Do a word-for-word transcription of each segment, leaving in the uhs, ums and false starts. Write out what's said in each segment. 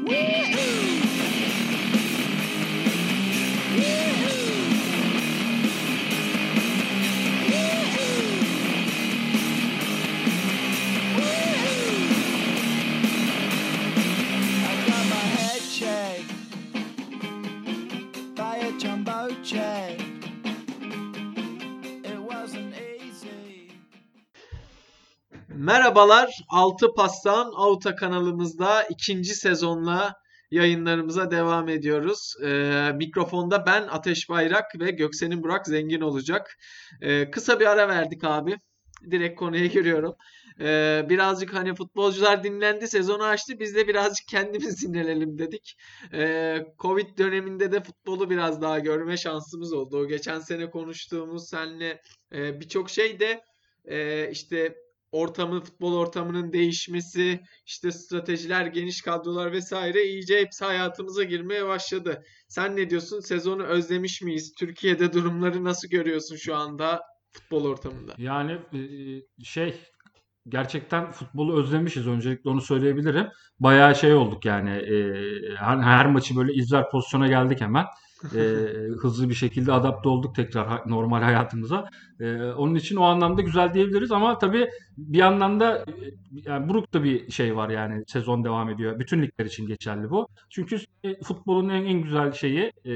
Merhabalar, Altı Pastan Auta kanalımızda ikinci sezonla yayınlarımıza devam ediyoruz. Ee, mikrofonda ben Ateş Bayrak ve Göksen'in Burak Zengin olacak. Ee, kısa bir ara verdik abi. Direkt konuya giriyorum. Ee, birazcık hani futbolcular dinlendi, sezonu açtı. Biz de birazcık kendimiz dinlenelim dedik. Ee, Covid döneminde de futbolu biraz daha görme şansımız oldu. O geçen sene konuştuğumuz seninle e, birçok şey de e, işte ortamın, futbol ortamının değişmesi, işte stratejiler, geniş kadrolar vesaire iyice hepsi hayatımıza girmeye başladı. Sen ne diyorsun? Sezonu özlemiş miyiz? Türkiye'de durumları nasıl görüyorsun şu anda futbol ortamında? Yani e, şey gerçekten futbolu özlemişiz. Öncelikle onu söyleyebilirim. Bayağı şey olduk yani. E, her, her maçı böyle izler pozisyona geldik hemen. E, hızlı bir şekilde adapte olduk tekrar ha- normal hayatımıza. E, onun için o anlamda güzel diyebiliriz ama tabii bir yandan da e, yani buruk da bir şey var yani sezon devam ediyor. Bütün ligler için geçerli bu. Çünkü e, futbolun en, en güzel şeyi e,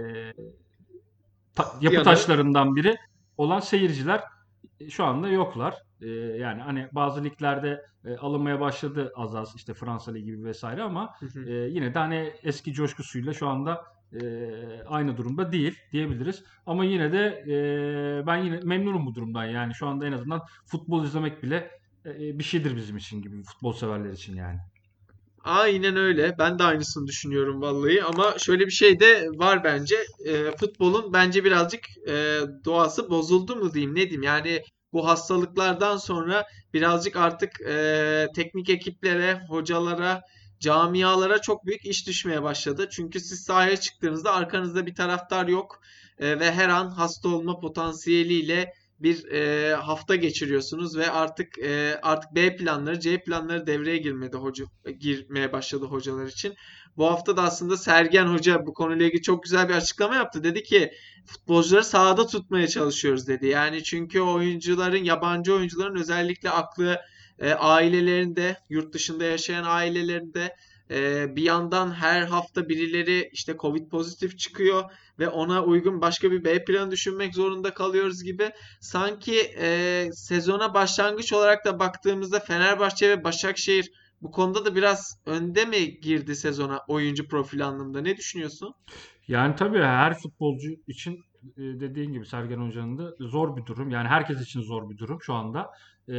ta- yapı Yanı taşlarından biri olan seyirciler e, şu anda yoklar. E, yani hani bazı liglerde e, alınmaya başladı az az işte Fransa Ligi gibi vesaire ama e, yine de hani eski coşkusuyla şu anda e, aynı durumda değil diyebiliriz. Ama yine de e, ben yine memnunum bu durumdan. Yani şu anda en azından futbol izlemek bile e, bir şeydir bizim için gibi futbol severler için yani. Aynen öyle. Ben de aynısını düşünüyorum vallahi. Ama şöyle bir şey de var bence. Ee, futbolun bence birazcık e, doğası bozuldu mu diyeyim, ne diyeyim. Yani bu hastalıklardan sonra birazcık artık e, teknik ekiplere, hocalara, camialara çok büyük iş düşmeye başladı. Çünkü siz sahaya çıktığınızda arkanızda bir taraftar yok. E, ve her an hasta olma potansiyeliyle bir e, hafta geçiriyorsunuz ve artık e, artık B planları, C planları devreye girmedi hoca girmeye başladı hocalar için. Bu hafta da aslında Sergen Hoca bu konuyla ilgili çok güzel bir açıklama yaptı. Dedi ki futbolcuları sahada tutmaya çalışıyoruz dedi. Yani çünkü oyuncuların, yabancı oyuncuların özellikle aklı e, ailelerinde, yurt dışında yaşayan ailelerinde, e, bir yandan her hafta birileri işte Covid pozitif çıkıyor ve ona uygun başka bir B planı düşünmek zorunda kalıyoruz gibi. Sanki e, sezona başlangıç olarak da baktığımızda Fenerbahçe ve Başakşehir bu konuda da biraz önde mi girdi sezona oyuncu profili anlamında? Ne düşünüyorsun? Yani tabii her futbolcu için e, dediğin gibi Sergen Hoca'nın da zor bir durum. Yani herkes için zor bir durum şu anda.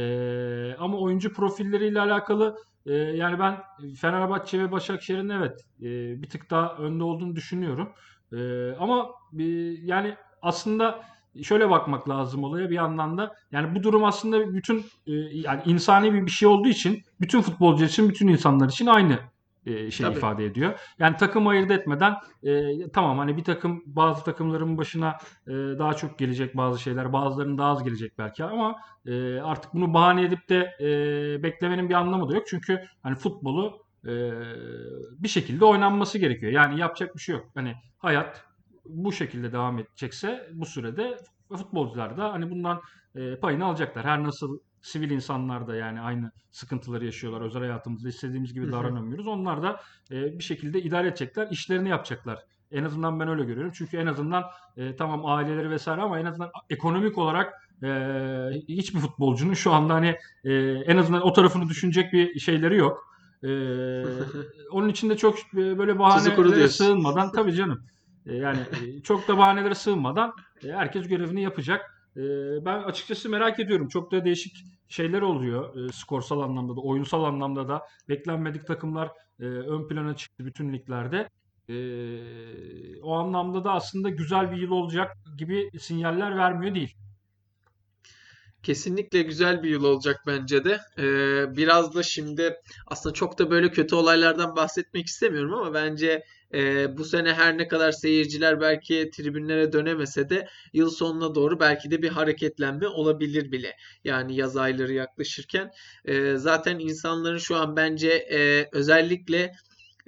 E, ama oyuncu profilleriyle alakalı e, yani ben Fenerbahçe ve Başakşehir'in evet e, bir tık daha önde olduğunu düşünüyorum. E, ama e, yani aslında şöyle bakmak lazım olaya bir yandan da. Yani bu durum aslında bütün e, yani insani bir bir şey olduğu için bütün futbolcu için, bütün insanlar için aynı e, şey Tabii. ifade ediyor. Yani takım ayırt etmeden e, tamam hani bir takım bazı takımların başına e, daha çok gelecek bazı şeyler, bazılarının daha az gelecek belki ama e, artık bunu bahane edip de e, beklemenin bir anlamı da yok. Çünkü hani futbolu e, bir şekilde oynanması gerekiyor. Yani yapacak bir şey yok. Hani hayat bu şekilde devam edecekse bu sürede futbolcular da hani bundan e, payını alacaklar. Her nasıl sivil insanlar da yani aynı sıkıntıları yaşıyorlar. Özel hayatımızda istediğimiz gibi davranamıyoruz. Onlar da e, bir şekilde idare edecekler, işlerini yapacaklar. En azından ben öyle görüyorum. Çünkü en azından e, tamam aileleri vesaire ama en azından ekonomik olarak e, hiçbir futbolcunun şu anda hani e, en azından o tarafını düşünecek bir şeyleri yok. E, onun için de çok e, böyle Tuzu kuru bahanelere diyorsun. sığınmadan tabii canım. E, yani e, çok da bahanelere sığınmadan e, herkes görevini yapacak. E, ben açıkçası merak ediyorum. Çok da değişik şeyler oluyor. E, skorsal anlamda da, oyunsal anlamda da beklenmedik takımlar e, ön plana çıktı bütün liglerde. E, o anlamda da aslında güzel bir yıl olacak gibi sinyaller vermiyor değil. Kesinlikle güzel bir yıl olacak bence de. Ee, biraz da şimdi aslında çok da böyle kötü olaylardan bahsetmek istemiyorum ama bence e, bu sene her ne kadar seyirciler belki tribünlere dönemese de yıl sonuna doğru belki de bir hareketlenme olabilir bile. Yani yaz ayları yaklaşırken. Ee, zaten insanların şu an bence e, özellikle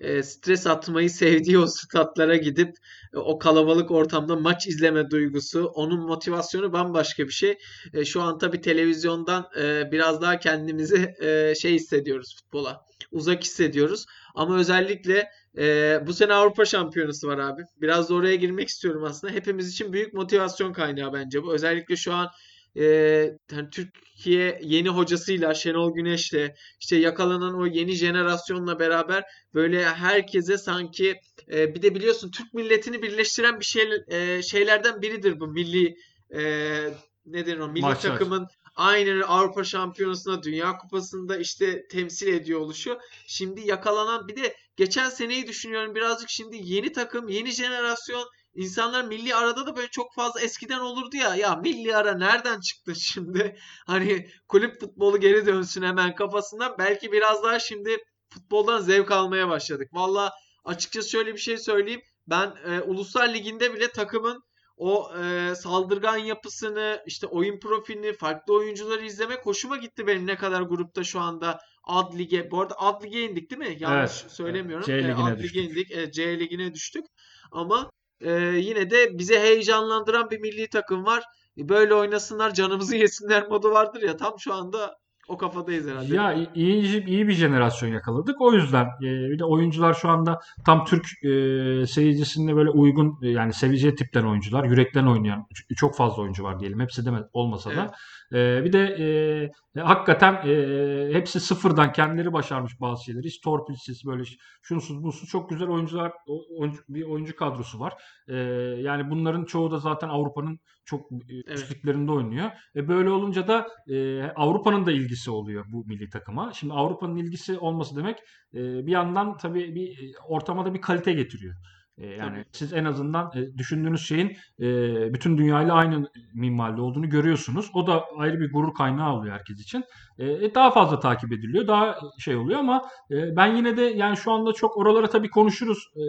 e, stres atmayı sevdiği o statlara gidip e, o kalabalık ortamda maç izleme duygusu, onun motivasyonu bambaşka bir şey. E, şu an tabii televizyondan e, biraz daha kendimizi e, şey hissediyoruz futbola. Uzak hissediyoruz. Ama özellikle e, bu sene Avrupa Şampiyonası var abi. Biraz da oraya girmek istiyorum aslında. Hepimiz için büyük motivasyon kaynağı bence bu. Özellikle şu an e, yani Türkiye yeni hocasıyla Şenol Güneş'le işte yakalanan o yeni jenerasyonla beraber böyle herkese sanki e, bir de biliyorsun Türk milletini birleştiren bir şey e, şeylerden biridir bu milli e, nedir o milli Maçlar. takımın aynı Avrupa Şampiyonası'nda, Dünya Kupası'nda işte temsil ediyor oluşu. Şimdi yakalanan bir de geçen seneyi düşünüyorum birazcık şimdi yeni takım, yeni jenerasyon insanlar milli arada da böyle çok fazla eskiden olurdu ya. Ya milli ara nereden çıktı şimdi? Hani kulüp futbolu geri dönsün hemen kafasından. Belki biraz daha şimdi futboldan zevk almaya başladık. Valla açıkçası şöyle bir şey söyleyeyim. Ben e, Uluslar Ligi'nde bile takımın o e, saldırgan yapısını, işte oyun profilini, farklı oyuncuları izlemek hoşuma gitti benim ne kadar grupta şu anda Ad Lig'e. Bu arada Ad Lig'e indik değil mi? Yanlış Evet. e, söylemiyorum. C E, ligine Ad Lig'e düştük. indik. E, C Ligi'ne düştük. Ama e, yine de bize heyecanlandıran bir milli takım var. E, Böyle oynasınlar, canımızı yesinler modu vardır ya. Tam şu anda o kafadayız herhalde değil Ya mi? i- iyi iyi bir jenerasyon yakaladık. O yüzden e, bir de oyuncular şu anda tam Türk e, seyircisine böyle uygun e, yani seveceği tipten oyuncular, yürekten oynayan ç- çok fazla oyuncu var diyelim. Hepsi deme olmasa da. Evet. E, bir de e, e, hakikaten e, hepsi sıfırdan kendileri başarmış bazı şeyleri. Hiç torpilsiz böyle ş- şunsuz busuz çok güzel oyuncular o- oyuncu, bir oyuncu kadrosu var. E, Yani bunların çoğu da zaten Avrupa'nın çok e, üst Evet. liglerinde oynuyor. E, böyle olunca da e, Avrupa'nın da ilgisi oluyor bu milli takıma. Şimdi Avrupa'nın ilgisi olması demek e, bir yandan tabii bir e, ortama da bir kalite getiriyor. E, yani Tabii. siz en azından e, düşündüğünüz şeyin e, bütün dünyayla aynı minvalde olduğunu görüyorsunuz. O da ayrı bir gurur kaynağı oluyor herkes için. E, e, daha fazla takip ediliyor, daha şey oluyor ama e, ben yine de yani şu anda çok oralara tabii konuşuruz. E,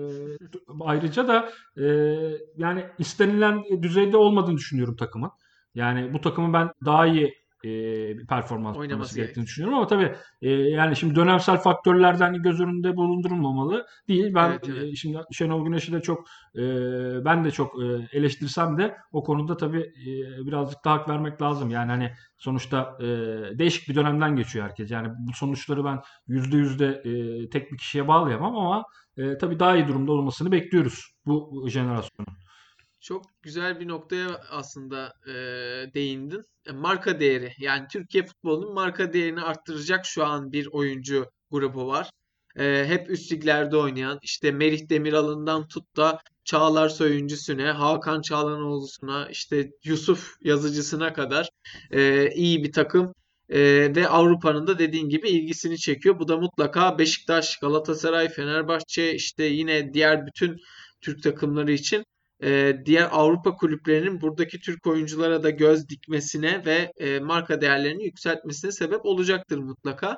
ayrıca da e, yani istenilen düzeyde olmadığını düşünüyorum takımın. Yani bu takımın ben daha iyi e, bir performans sunması Oynaması gerektiğini gerek. düşünüyorum ama tabii e, yani şimdi dönemsel faktörlerden göz önünde bulundurulmamalı değil. Ben Evet, evet. e, şimdi Şenol Güneş'i de çok e, ben de çok e, eleştirsem de o konuda tabii e, birazcık da hak vermek lazım. Yani hani sonuçta e, değişik bir dönemden geçiyor herkes. Yani bu sonuçları ben yüzde yüzde e, tek bir kişiye bağlayamam ama e, tabii daha iyi durumda olmasını bekliyoruz bu jenerasyonun. Çok güzel bir noktaya aslında e, değindin. E, marka değeri. Yani Türkiye futbolunun marka değerini arttıracak şu an bir oyuncu grubu var. E, hep üst liglerde oynayan işte Merih Demiral'ından tut da Çağlar Söyüncüsü'ne, Hakan Çalhanoğlu'suna, işte Yusuf Yazıcısı'na kadar e, iyi bir takım. E, ve Avrupa'nın da dediğin gibi ilgisini çekiyor. Bu da mutlaka Beşiktaş, Galatasaray, Fenerbahçe işte yine diğer bütün Türk takımları için e, diğer Avrupa kulüplerinin buradaki Türk oyunculara da göz dikmesine ve e, marka değerlerini yükseltmesine sebep olacaktır mutlaka.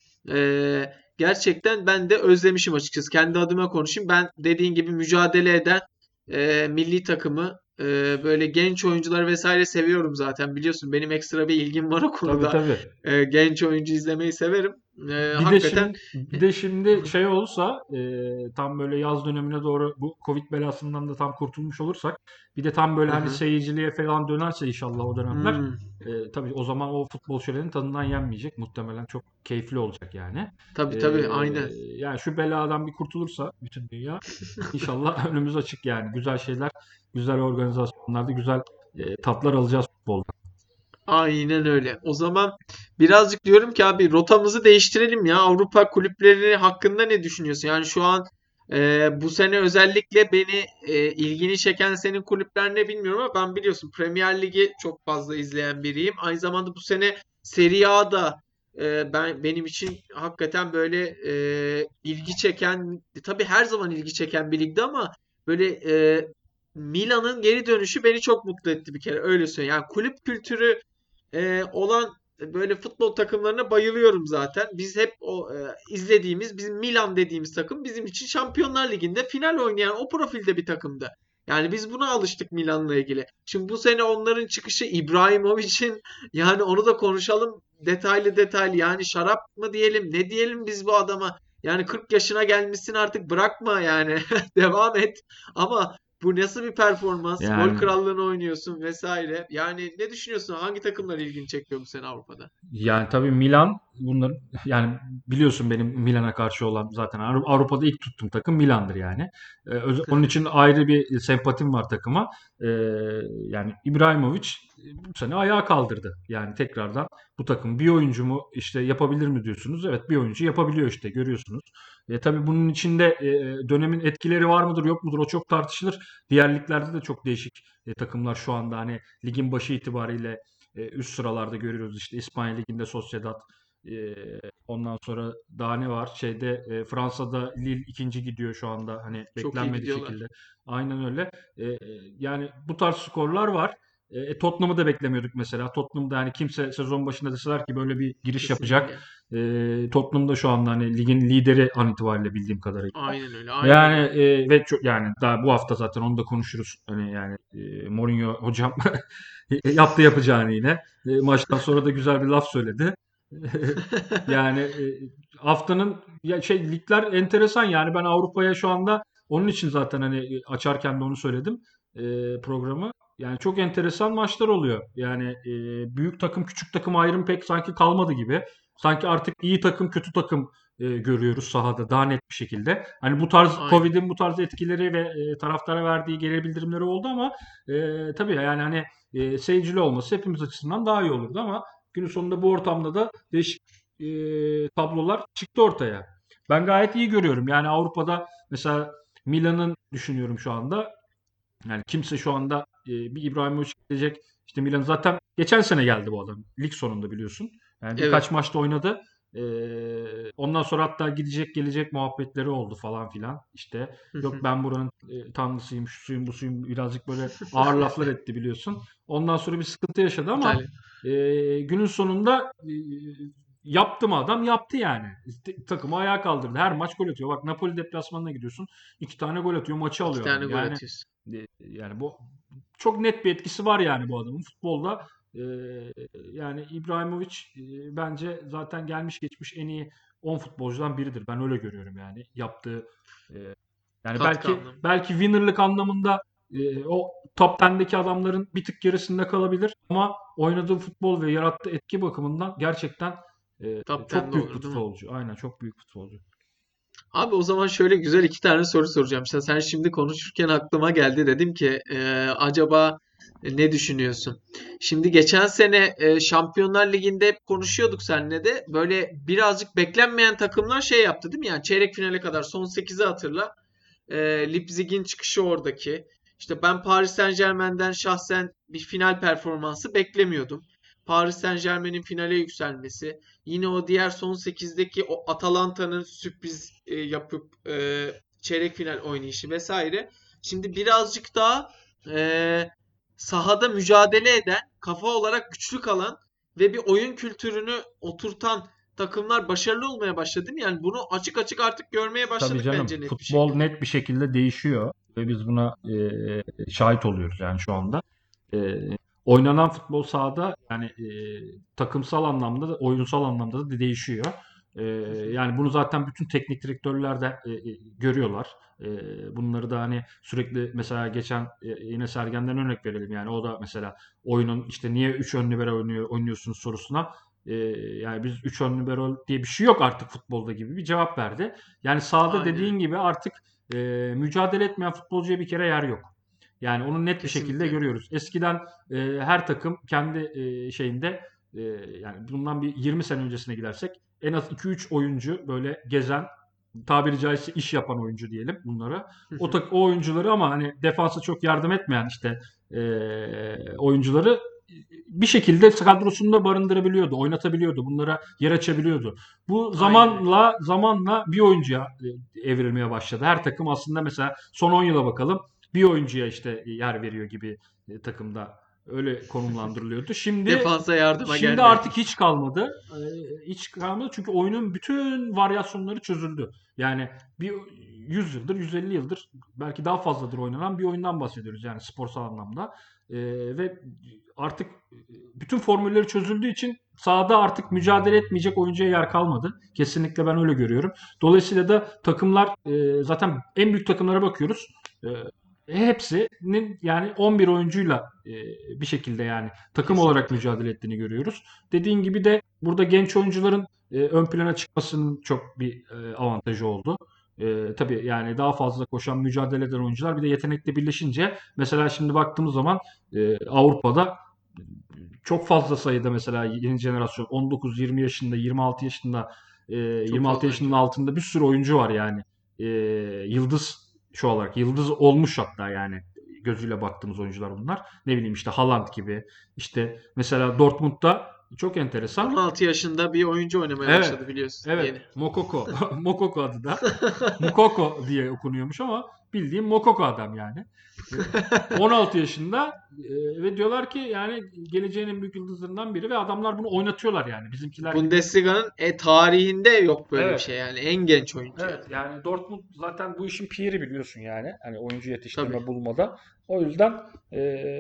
E, Gerçekten ben de özlemişim açıkçası. Kendi adıma konuşayım. Ben dediğin gibi mücadele eden e, milli takımı e, böyle genç oyuncular vesaire seviyorum zaten. Biliyorsun benim ekstra bir ilgim var o Tabii konuda. tabii. E, genç oyuncu izlemeyi severim. E, Bir de hakikaten şimdi bir de şimdi şey olsa e, tam böyle yaz dönemine doğru bu Covid belasından da tam kurtulmuş olursak bir de tam böyle Hı hani hı. seyirciliğe falan dönerse inşallah o dönemler Hmm, e, tabii o zaman o futbol şöleni tadından yenmeyecek. Muhtemelen çok keyifli olacak yani. E, tabii tabii aynen. Yani şu beladan bir kurtulursa bütün dünya inşallah önümüz açık yani. Güzel şeyler, güzel organizasyonlarda güzel e, tatlar alacağız futbolda. Aynen öyle. O zaman birazcık diyorum ki abi rotamızı değiştirelim ya. Avrupa kulüpleri hakkında ne düşünüyorsun? Yani şu an e, bu sene özellikle beni e, ilgini çeken senin kulüpler ne bilmiyorum ama ben biliyorsun Premier Ligi çok fazla izleyen biriyim. Aynı zamanda bu sene Serie A da e, ben benim için hakikaten böyle e, ilgi çeken, tabii her zaman ilgi çeken bir ligdi ama böyle e, Milan'ın geri dönüşü beni çok mutlu etti bir kere öyle söyleyeyim. Yani kulüp kültürü e, olan böyle futbol takımlarına bayılıyorum zaten. Biz hep o e, izlediğimiz bizim Milan dediğimiz takım bizim için Şampiyonlar Ligi'nde final oynayan o profilde bir takımdı. Yani biz buna alıştık Milan'la ilgili. Şimdi bu sene onların çıkışı İbrahimovic'in yani onu da konuşalım detaylı detaylı. Yani şarap mı diyelim ne diyelim biz bu adama? Yani kırk yaşına gelmişsin artık bırakma yani. Devam et. Ama bu nasıl bir performans? Gol Yani krallığını oynuyorsun vesaire. Yani ne düşünüyorsun? Hangi takımlar ilgini çekiyor bu sene Avrupa'da? Yani tabii Milan bunların yani biliyorsun benim Milan'a karşı olan zaten Avru- Avrupa'da ilk tuttuğum takım Milan'dır yani. Ee, öz- onun için ayrı bir sempatim var takıma. Ee, yani İbrahimovic bu sene ayağa kaldırdı. Yani tekrardan bu takım bir oyuncu mu işte yapabilir mi diyorsunuz? Evet bir oyuncu yapabiliyor işte görüyorsunuz. E, tabii bunun içinde e, dönemin etkileri var mıdır yok mudur o çok tartışılır. Diğer liglerde de çok değişik e, takımlar şu anda hani ligin başı itibariyle e, üst sıralarda görüyoruz işte İspanya Ligi'nde Sociedad, e, ondan sonra daha ne var? Şeyde e, Fransa'da Lille ikinci gidiyor şu anda hani Çok iyi beklenmedik gidiyorlar. şekilde. Aynen öyle. E, e, yani bu tarz skorlar var. E, Tottenham'ı da beklemiyorduk mesela. Tottenham'da yani kimse sezon başında deseler ki böyle bir giriş yapacak. Kesinlikle. E, Tottenham'da şu anda hani ligin lideri an itibariyle bildiğim kadarıyla. Aynen öyle. Aynen Yani öyle. e, ve çok yani daha bu hafta zaten onu da konuşuruz. Hani yani e, Mourinho hocam yaptı yapacağını yine. E, maçtan sonra da güzel bir laf söyledi. Yani e, haftanın ya şey ligler enteresan yani ben Avrupa'ya şu anda onun için zaten hani e, açarken de onu söyledim e, programı. Yani çok enteresan maçlar oluyor. Yani e, büyük takım küçük takım ayrım pek sanki kalmadı gibi. Sanki artık iyi takım kötü takım e, görüyoruz sahada daha net bir şekilde. Hani bu tarz Aynen. Covid'in bu tarz etkileri ve e, taraftara verdiği geri bildirimleri oldu ama e, tabii yani hani e, seyircili olması hepimiz açısından daha iyi olurdu ama günün sonunda bu ortamda da değişik e, tablolar çıktı ortaya. Ben gayet iyi görüyorum. Yani Avrupa'da mesela Milan'ın düşünüyorum şu anda. Yani kimse şu anda e, bir İbrahimovic gelecek. İşte Milan zaten geçen sene geldi bu adam. Lig sonunda biliyorsun. Yani birkaç Evet. maçta oynadı. E, ondan sonra hatta gidecek gelecek muhabbetleri oldu falan filan. İşte yok ben buranın e, tanrısıyım, şu suyum, bu suyum birazcık böyle ağır laflar etti biliyorsun. Ondan sonra bir sıkıntı yaşadı ama İtalya. e, günün sonunda e, yaptı mı adam yaptı yani. İşte takımı ayağa kaldırdı. Her maç gol atıyor. Bak Napoli deplasmanına gidiyorsun. iki tane gol atıyor. Maçı İki alıyor adam. tane gol Yani atıyorsun. e, yani bu çok net bir etkisi var yani bu adamın futbolda. E, yani İbrahimovic e, bence zaten gelmiş geçmiş en iyi on futbolcudan biridir. Ben öyle görüyorum yani yaptığı e, yani Katkı belki anlamı. belki winner'lık anlamında e, o top ondaki adamların bir tık gerisinde kalabilir ama oynadığı futbol ve yarattığı etki bakımından gerçekten e, Top çok onda büyük olur değil mi? futbolcu. Aynen çok büyük futbolcu. Abi o zaman şöyle güzel iki tane soru soracağım. İşte sen şimdi konuşurken aklıma geldi. Dedim ki e, acaba ne düşünüyorsun? Şimdi geçen sene e, Şampiyonlar Ligi'nde hep konuşuyorduk seninle de. Böyle birazcık beklenmeyen takımlar şey yaptı değil mi? Yani çeyrek finale kadar son sekizi hatırla. E, Leipzig'in çıkışı oradaki. İşte ben Paris Saint-Germain'den şahsen bir final performansı beklemiyordum. Paris Saint-Germain'in finale yükselmesi. Yine o diğer son sekizdeki o Atalanta'nın sürpriz e, yapıp e, çeyrek final oynayışı vesaire. Şimdi birazcık daha e, sahada mücadele eden, kafa olarak güçlü kalan ve bir oyun kültürünü oturtan takımlar başarılı olmaya başladı değil mi? Yani bunu açık açık artık görmeye Tabii başladık canım bence net bir futbol şekilde. net bir şekilde değişiyor ve biz buna e, şahit oluyoruz yani şu anda. E, oynanan futbol sahada yani e, takımsal anlamda da oyunsal anlamda da değişiyor. E, yani bunu zaten bütün teknik direktörler de e, e, görüyorlar. E, bunları da hani sürekli mesela geçen e, yine Sergen'den örnek verelim yani o da mesela oyunun işte niye üç ön libero oynuyor, oynuyorsunuz sorusuna e, yani biz üç ön libero diye bir şey yok artık futbolda gibi bir cevap verdi. Yani sahada Aynen öyle. dediğin gibi artık e, mücadele etmeyen futbolcuya bir kere yer yok. Yani onu net bir şekilde Kesinlikle. görüyoruz. Eskiden e, her takım kendi e, şeyinde e, yani bundan bir yirmi sene öncesine gidersek en az iki üç oyuncu böyle gezen tabiri caizse iş yapan oyuncu diyelim bunlara. O, tak, o oyuncuları ama hani defansa çok yardım etmeyen işte e, oyuncuları bir şekilde kadrosunda barındırabiliyordu, oynatabiliyordu, bunlara yer açabiliyordu. Bu Aynen öyle. zamanla zamanla bir oyuncuya e, evrilmeye başladı. Her takım aslında mesela son on yıla bakalım bir oyuncuya işte yer veriyor gibi e, takımda öyle konumlandırılıyordu. Şimdi Defansa yardıma şimdi gelmeyen. artık hiç kalmadı. E, hiç kalmadı çünkü oyunun bütün varyasyonları çözüldü. Yani bir yüz yıldır, yüz elli yıldır belki daha fazladır oynanan bir oyundan bahsediyoruz yani sporsal anlamda. Ee, ve artık bütün formülleri çözüldüğü için sahada artık mücadele etmeyecek oyuncuya yer kalmadı. Kesinlikle ben öyle görüyorum. Dolayısıyla da takımlar e, zaten en büyük takımlara bakıyoruz. E, hepsinin yani on bir oyuncuyla e, bir şekilde yani takım olarak Kesinlikle. mücadele ettiğini görüyoruz. Dediğin gibi de burada genç oyuncuların e, ön plana çıkmasının çok bir e, avantajı oldu. E, tabii yani daha fazla koşan, mücadele eden oyuncular bir de yetenekle birleşince mesela şimdi baktığımız zaman e, Avrupa'da çok fazla sayıda mesela yeni jenerasyon on dokuz yirmi yaşında, yirmi altı yaşında, e, Çok yirmi altı fazla yaşının oyuncu var. altında bir sürü oyuncu var yani. E, yıldız şu olarak yıldız olmuş hatta yani gözüyle baktığımız oyuncular bunlar. Ne bileyim işte Haaland gibi. İşte mesela Dortmund'da çok enteresan. on altı yaşında bir oyuncu oynamaya Evet. başladı biliyorsun Evet. yeni. Mokoko. Mokoko adı da. Mukoko diye okunuyormuş ama bildiğim Mokoko adam yani. E, on altı yaşında e, ve diyorlar ki yani geleceğin en büyük yıldızlarından biri ve adamlar bunu oynatıyorlar yani. Bizimkiler gibi. Bundesliga'nın e, tarihinde yok böyle bir Evet. şey yani. En genç oyuncu Evet yani. yani Dortmund zaten bu işin piri biliyorsun yani. Hani oyuncu Tabii. yetiştirme bulmada. O yüzden e,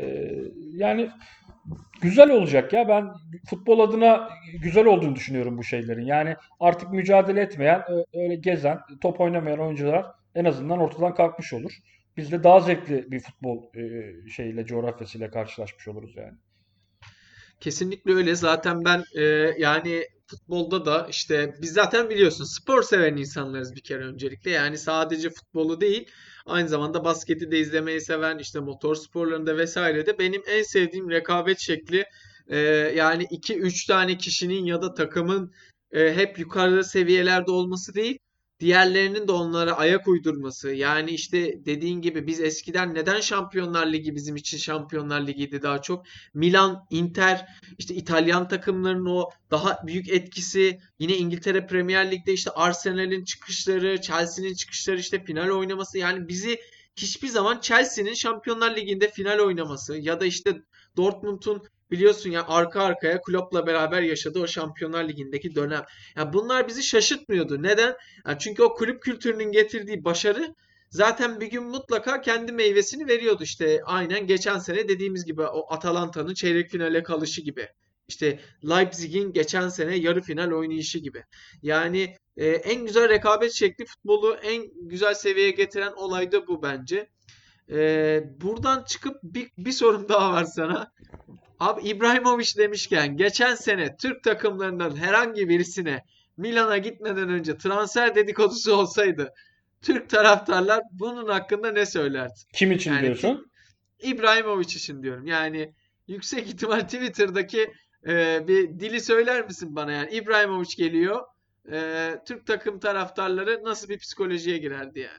yani güzel olacak ya. Ben futbol adına güzel olduğunu düşünüyorum bu şeylerin. Yani artık mücadele etmeyen, öyle gezen, top oynamayan oyuncular en azından ortadan kalkmış olur. Biz de daha zevkli bir futbol e, şeyle, coğrafyasıyla karşılaşmış oluruz yani. Kesinlikle öyle. Zaten ben e, yani futbolda da işte biz zaten biliyorsun spor seven insanlarız bir kere öncelikle. Yani sadece futbolu değil, aynı zamanda basketi de izlemeyi seven, işte motor sporlarında vesaire de benim en sevdiğim rekabet şekli e, yani iki üç tane kişinin ya da takımın e, hep yukarıda seviyelerde olması değil. Diğerlerinin de onlara ayak uydurması. Yani işte dediğin gibi biz eskiden neden Şampiyonlar Ligi bizim için Şampiyonlar Ligi'ydi daha çok. Milan, Inter, işte İtalyan takımlarının o daha büyük etkisi, yine İngiltere Premier Lig'de işte Arsenal'in çıkışları, Chelsea'nin çıkışları, işte final oynaması, yani bizi hiçbir zaman Chelsea'nin Şampiyonlar Ligi'nde final oynaması ya da işte Dortmund'un biliyorsun ya arka arkaya Klopp'la beraber yaşadığı o Şampiyonlar Ligi'ndeki dönem. Ya bunlar bizi şaşırtmıyordu. Neden? Ya çünkü o kulüp kültürünün getirdiği başarı zaten bir gün mutlaka kendi meyvesini veriyordu. İşte aynen geçen sene dediğimiz gibi o Atalanta'nın çeyrek finale kalışı gibi. İşte Leipzig'in geçen sene yarı final oynayışı gibi. Yani e, en güzel rekabet şekli, futbolu en güzel seviyeye getiren olay da bu bence. E, buradan çıkıp bir, bir sorum daha var sana. Abi İbrahimovic demişken geçen sene Türk takımlarından herhangi birisine Milan'a gitmeden önce transfer dedikodusu olsaydı Türk taraftarlar bunun hakkında ne söylerdi? Kim için Yani ti- diyorsun? İbrahimovic için diyorum. Yani yüksek ihtimal Twitter'daki e, bir dili söyler misin bana yani? İbrahimovic geliyor. E, Türk takım taraftarları nasıl bir psikolojiye girerdi yani?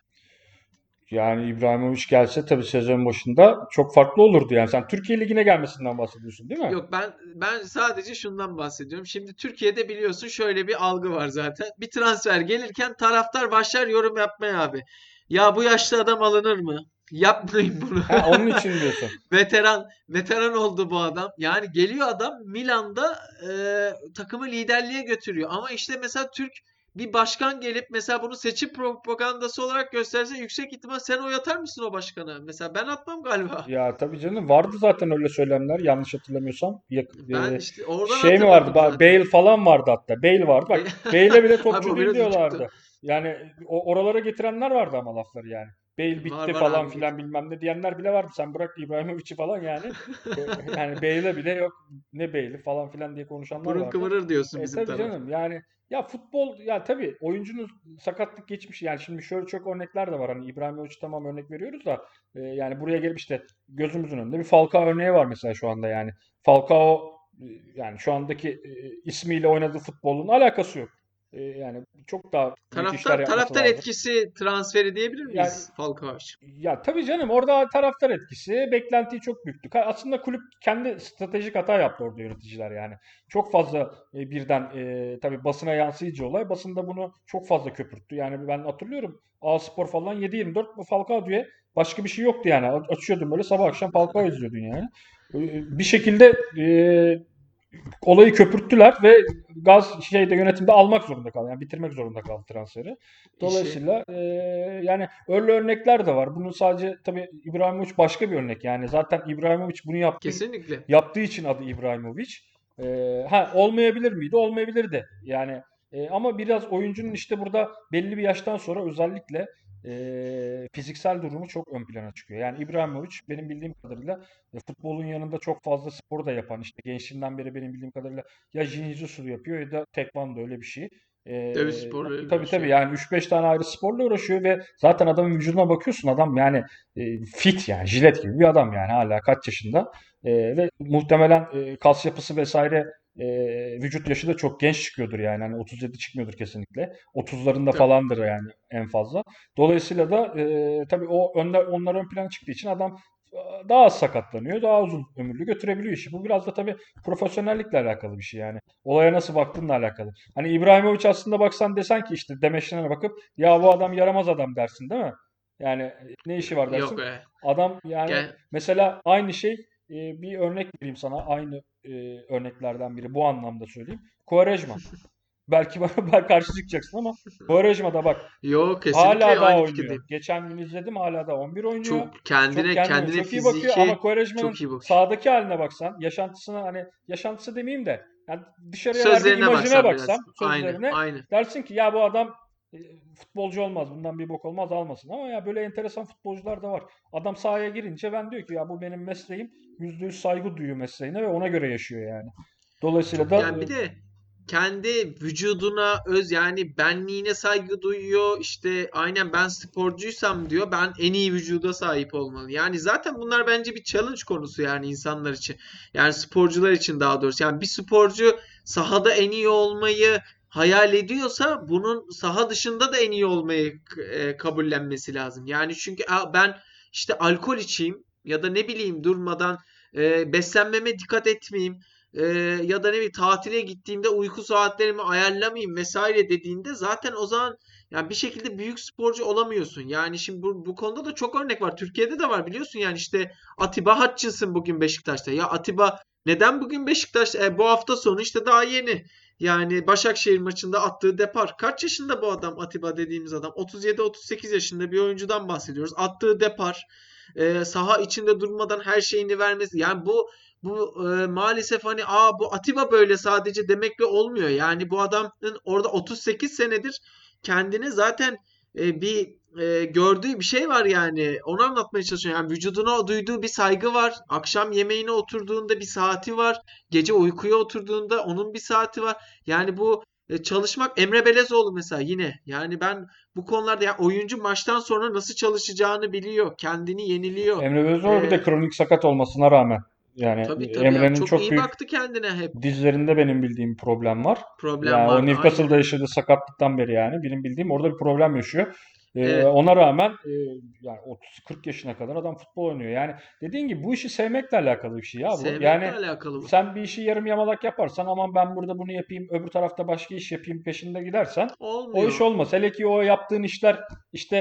Yani İbrahimovic gelse tabii sezon başında çok farklı olurdu. Yani sen Türkiye Ligi'ne gelmesinden bahsediyorsun değil mi? Yok, ben ben sadece şundan bahsediyorum. Şimdi Türkiye'de biliyorsun şöyle bir algı var zaten. Bir transfer gelirken taraftar başlar yorum yapmaya abi. Ya bu yaşlı adam alınır mı? Yapmayın bunu. Ha, onun için diyorsun. Veteran veteran oldu bu adam. Yani geliyor adam Milan'da e, takımı liderliğe götürüyor. Ama işte mesela Türk bir başkan gelip mesela bunu seçim propagandası olarak gösterse yüksek ihtimal sen oy atar mısın o başkana? Mesela ben atmam galiba. Ya tabii canım vardı zaten öyle söylemler yanlış hatırlamıyorsam. Yak- Ben e, işte oradan şey mi vardı? hatırladım Ba- zaten. Bale falan vardı hatta. Bale vardı. Be- Bak Bale'e bile Abi topçu o değil biraz uçuktu. diyorlardı. Yani o, oralara getirenler vardı ama lafları yani. Bale Var bitti var falan abi filan getir. bilmem ne diyenler bile vardı. Sen bırak İbrahimovic'i falan yani. E, yani Bale'e bile yok ne Bale'i falan filan diye konuşanlar Burun vardı. kıvırır diyorsun E bizim tabii taraf. canım yani ya futbol ya tabii oyuncunun sakatlık geçmiş yani şimdi şöyle çok örnekler de var. Hani İbrahimovic tamam örnek veriyoruz da e, yani buraya gelip işte gözümüzün önünde bir Falcao örneği var mesela şu anda yani. Falcao e, yani şu andaki e, ismiyle oynadığı futbolun alakası yok. E, yani çok daha büyük işler Taraftar yapması taraftar lazım. etkisi transferi diyebilir Yani miyiz Falcao için? ya tabii canım orada taraftar etkisi, beklentiyi çok büyüktü. Ka- Aslında kulüp kendi stratejik hata yaptı orada yöneticiler yani. Çok fazla e, birden e, tabii basına yansıyıcı olay. Basında bunu çok fazla köpürttü. Yani ben hatırlıyorum A-Spor falan yedi yirmi dört bu Falcao diye başka bir şey yoktu yani. A- Açıyordum böyle sabah akşam Falcao izliyordun yani. E, Bir şekilde e, olayı köpürttüler ve Gaz şeyde yönetimde almak zorunda kaldı. Yani bitirmek zorunda kaldı transferi. İşi. Dolayısıyla e, yani öyle örnekler de var. Bunun sadece tabii İbrahimovic başka bir örnek. Yani zaten İbrahimovic bunu yaptığı Kesinlikle. yaptığı için adı İbrahimovic. E, ha olmayabilir miydi? Olmayabilirdi. Yani e, ama biraz oyuncunun işte burada belli bir yaştan sonra özellikle e, fiziksel durumu çok ön plana çıkıyor. Yani İbrahimovic benim bildiğim kadarıyla e, futbolun yanında çok fazla spor da yapan, işte gençliğinden beri benim bildiğim kadarıyla ya jiu-jitsu yapıyor ya da tekvando, öyle bir şey. Dövüş Ee, sporlarıyla tabii tabii uğraşıyor. yani üç beş tane ayrı sporla uğraşıyor ve zaten adamın vücuduna bakıyorsun, adam yani e, fit, yani jilet gibi bir adam, yani hala kaç yaşında. Ee, ve muhtemelen e, kas yapısı vesaire, e, vücut yaşı da çok genç çıkıyordur, yani hani otuz yedi çıkmıyordur kesinlikle. otuzlarında Tabii. falandır yani en fazla. Dolayısıyla da e, tabii o önler, onlar ön plana çıktığı için adam daha az sakatlanıyor, daha uzun ömürlü götürebiliyor işi. Bu biraz da tabii profesyonellikle alakalı bir şey yani. Olaya nasıl baktığınla alakalı. Hani İbrahimovic aslında baksan desen ki işte demeçlerine bakıp ya bu adam yaramaz adam dersin, değil mi? Yani ne işi var Yok dersin. be. Adam yani Gel. mesela aynı şey, e, bir örnek vereyim sana, aynı e, örneklerden biri bu anlamda söyleyeyim. Quaresma. Belki bana belki karşı çıkacaksın ama Quaresma da bak Yok, kesinlikle hala daha aynı oynuyor. fikirdeyim. Geçen gün izledim, hala da on bir oynuyor. Çok Çok kendine kendine kendine çok iyi bakıyor ama fiziki Quaresma'nın çok iyi bakıyor. sahadaki haline baksan, yaşantısına, hani yaşantısı demeyeyim de yani dışarıya verdiği Sözlerine imajına baksan baksan, biraz. Aynı, sözlerine, aynı. dersin ki ya bu adam e, futbolcu olmaz, bundan bir bok olmaz, almasın. Ama ya böyle enteresan futbolcular da var. Adam sahaya girince ben diyor ki ya bu benim mesleğim, yüzde yüz saygı duyuyor mesleğine ve ona göre yaşıyor yani. Dolayısıyla Çok, da yani bir de kendi vücuduna öz, yani benliğine saygı duyuyor. İşte aynen, ben sporcuysam diyor, ben en iyi vücuda sahip olmalı. Yani zaten bunlar bence bir challenge konusu yani insanlar için. Yani sporcular için daha doğrusu. Yani bir sporcu sahada en iyi olmayı hayal ediyorsa bunun saha dışında da en iyi olmayı e, kabullenmesi lazım. Yani çünkü "Aa, ben işte alkol içeyim ya da ne bileyim durmadan e, beslenmeme dikkat etmeyeyim. Ee, ya da ne bileyim tatile gittiğimde uyku saatlerimi ayarlamayayım vesaire" dediğinde zaten o zaman yani bir şekilde büyük sporcu olamıyorsun. Yani şimdi bu, bu konuda da çok örnek var. Türkiye'de de var biliyorsun, yani işte Atiba Hutchinson bugün Beşiktaş'ta. Ya Atiba neden bugün Beşiktaş'ta? E, bu hafta sonu işte daha yeni. Yani Başakşehir maçında attığı depar. Kaç yaşında bu adam, Atiba dediğimiz adam? otuz yedi otuz sekiz yaşında bir oyuncudan bahsediyoruz. Attığı depar, e, saha içinde durmadan her şeyini vermesi. Yani bu bu e, maalesef hani aa bu Atiba böyle sadece demekle olmuyor. Yani bu adamın orada otuz sekiz senedir kendini zaten e, bir e, gördüğü bir şey var yani. Onu anlatmaya çalışıyor. Yani vücuduna duyduğu bir saygı var. Akşam yemeğine oturduğunda bir saati var. Gece uykuya oturduğunda onun bir saati var. Yani bu e, çalışmak, Emre Belezoğlu mesela yine. Yani ben bu konularda, ya oyuncu maçtan sonra nasıl çalışacağını biliyor. Kendini yeniliyor. Emre Belözoğlu bir E, de kronik sakat olmasına rağmen, yani tabii tabii ya, Emre'nin çok çok iyi büyük baktı kendine hep. dizlerinde benim bildiğim bir problem var. Problem Yani o vardı. Newcastle'da Aynen öyle. yaşadığı sakatlıktan beri yani benim bildiğim orada bir problem yaşıyor. Ee, Evet. ona rağmen e, yani otuz kırk yaşına kadar adam futbol oynuyor. Yani dediğin gibi bu işi sevmekle alakalı bir şey ya bu. Sevmekle Yani alakalı bu. sen bir işi yarım yamalak yaparsan, aman ben burada bunu yapayım, öbür tarafta başka iş yapayım peşinde gidersen o iş Olmuyor. olmaz. Hele ki o yaptığın işler işte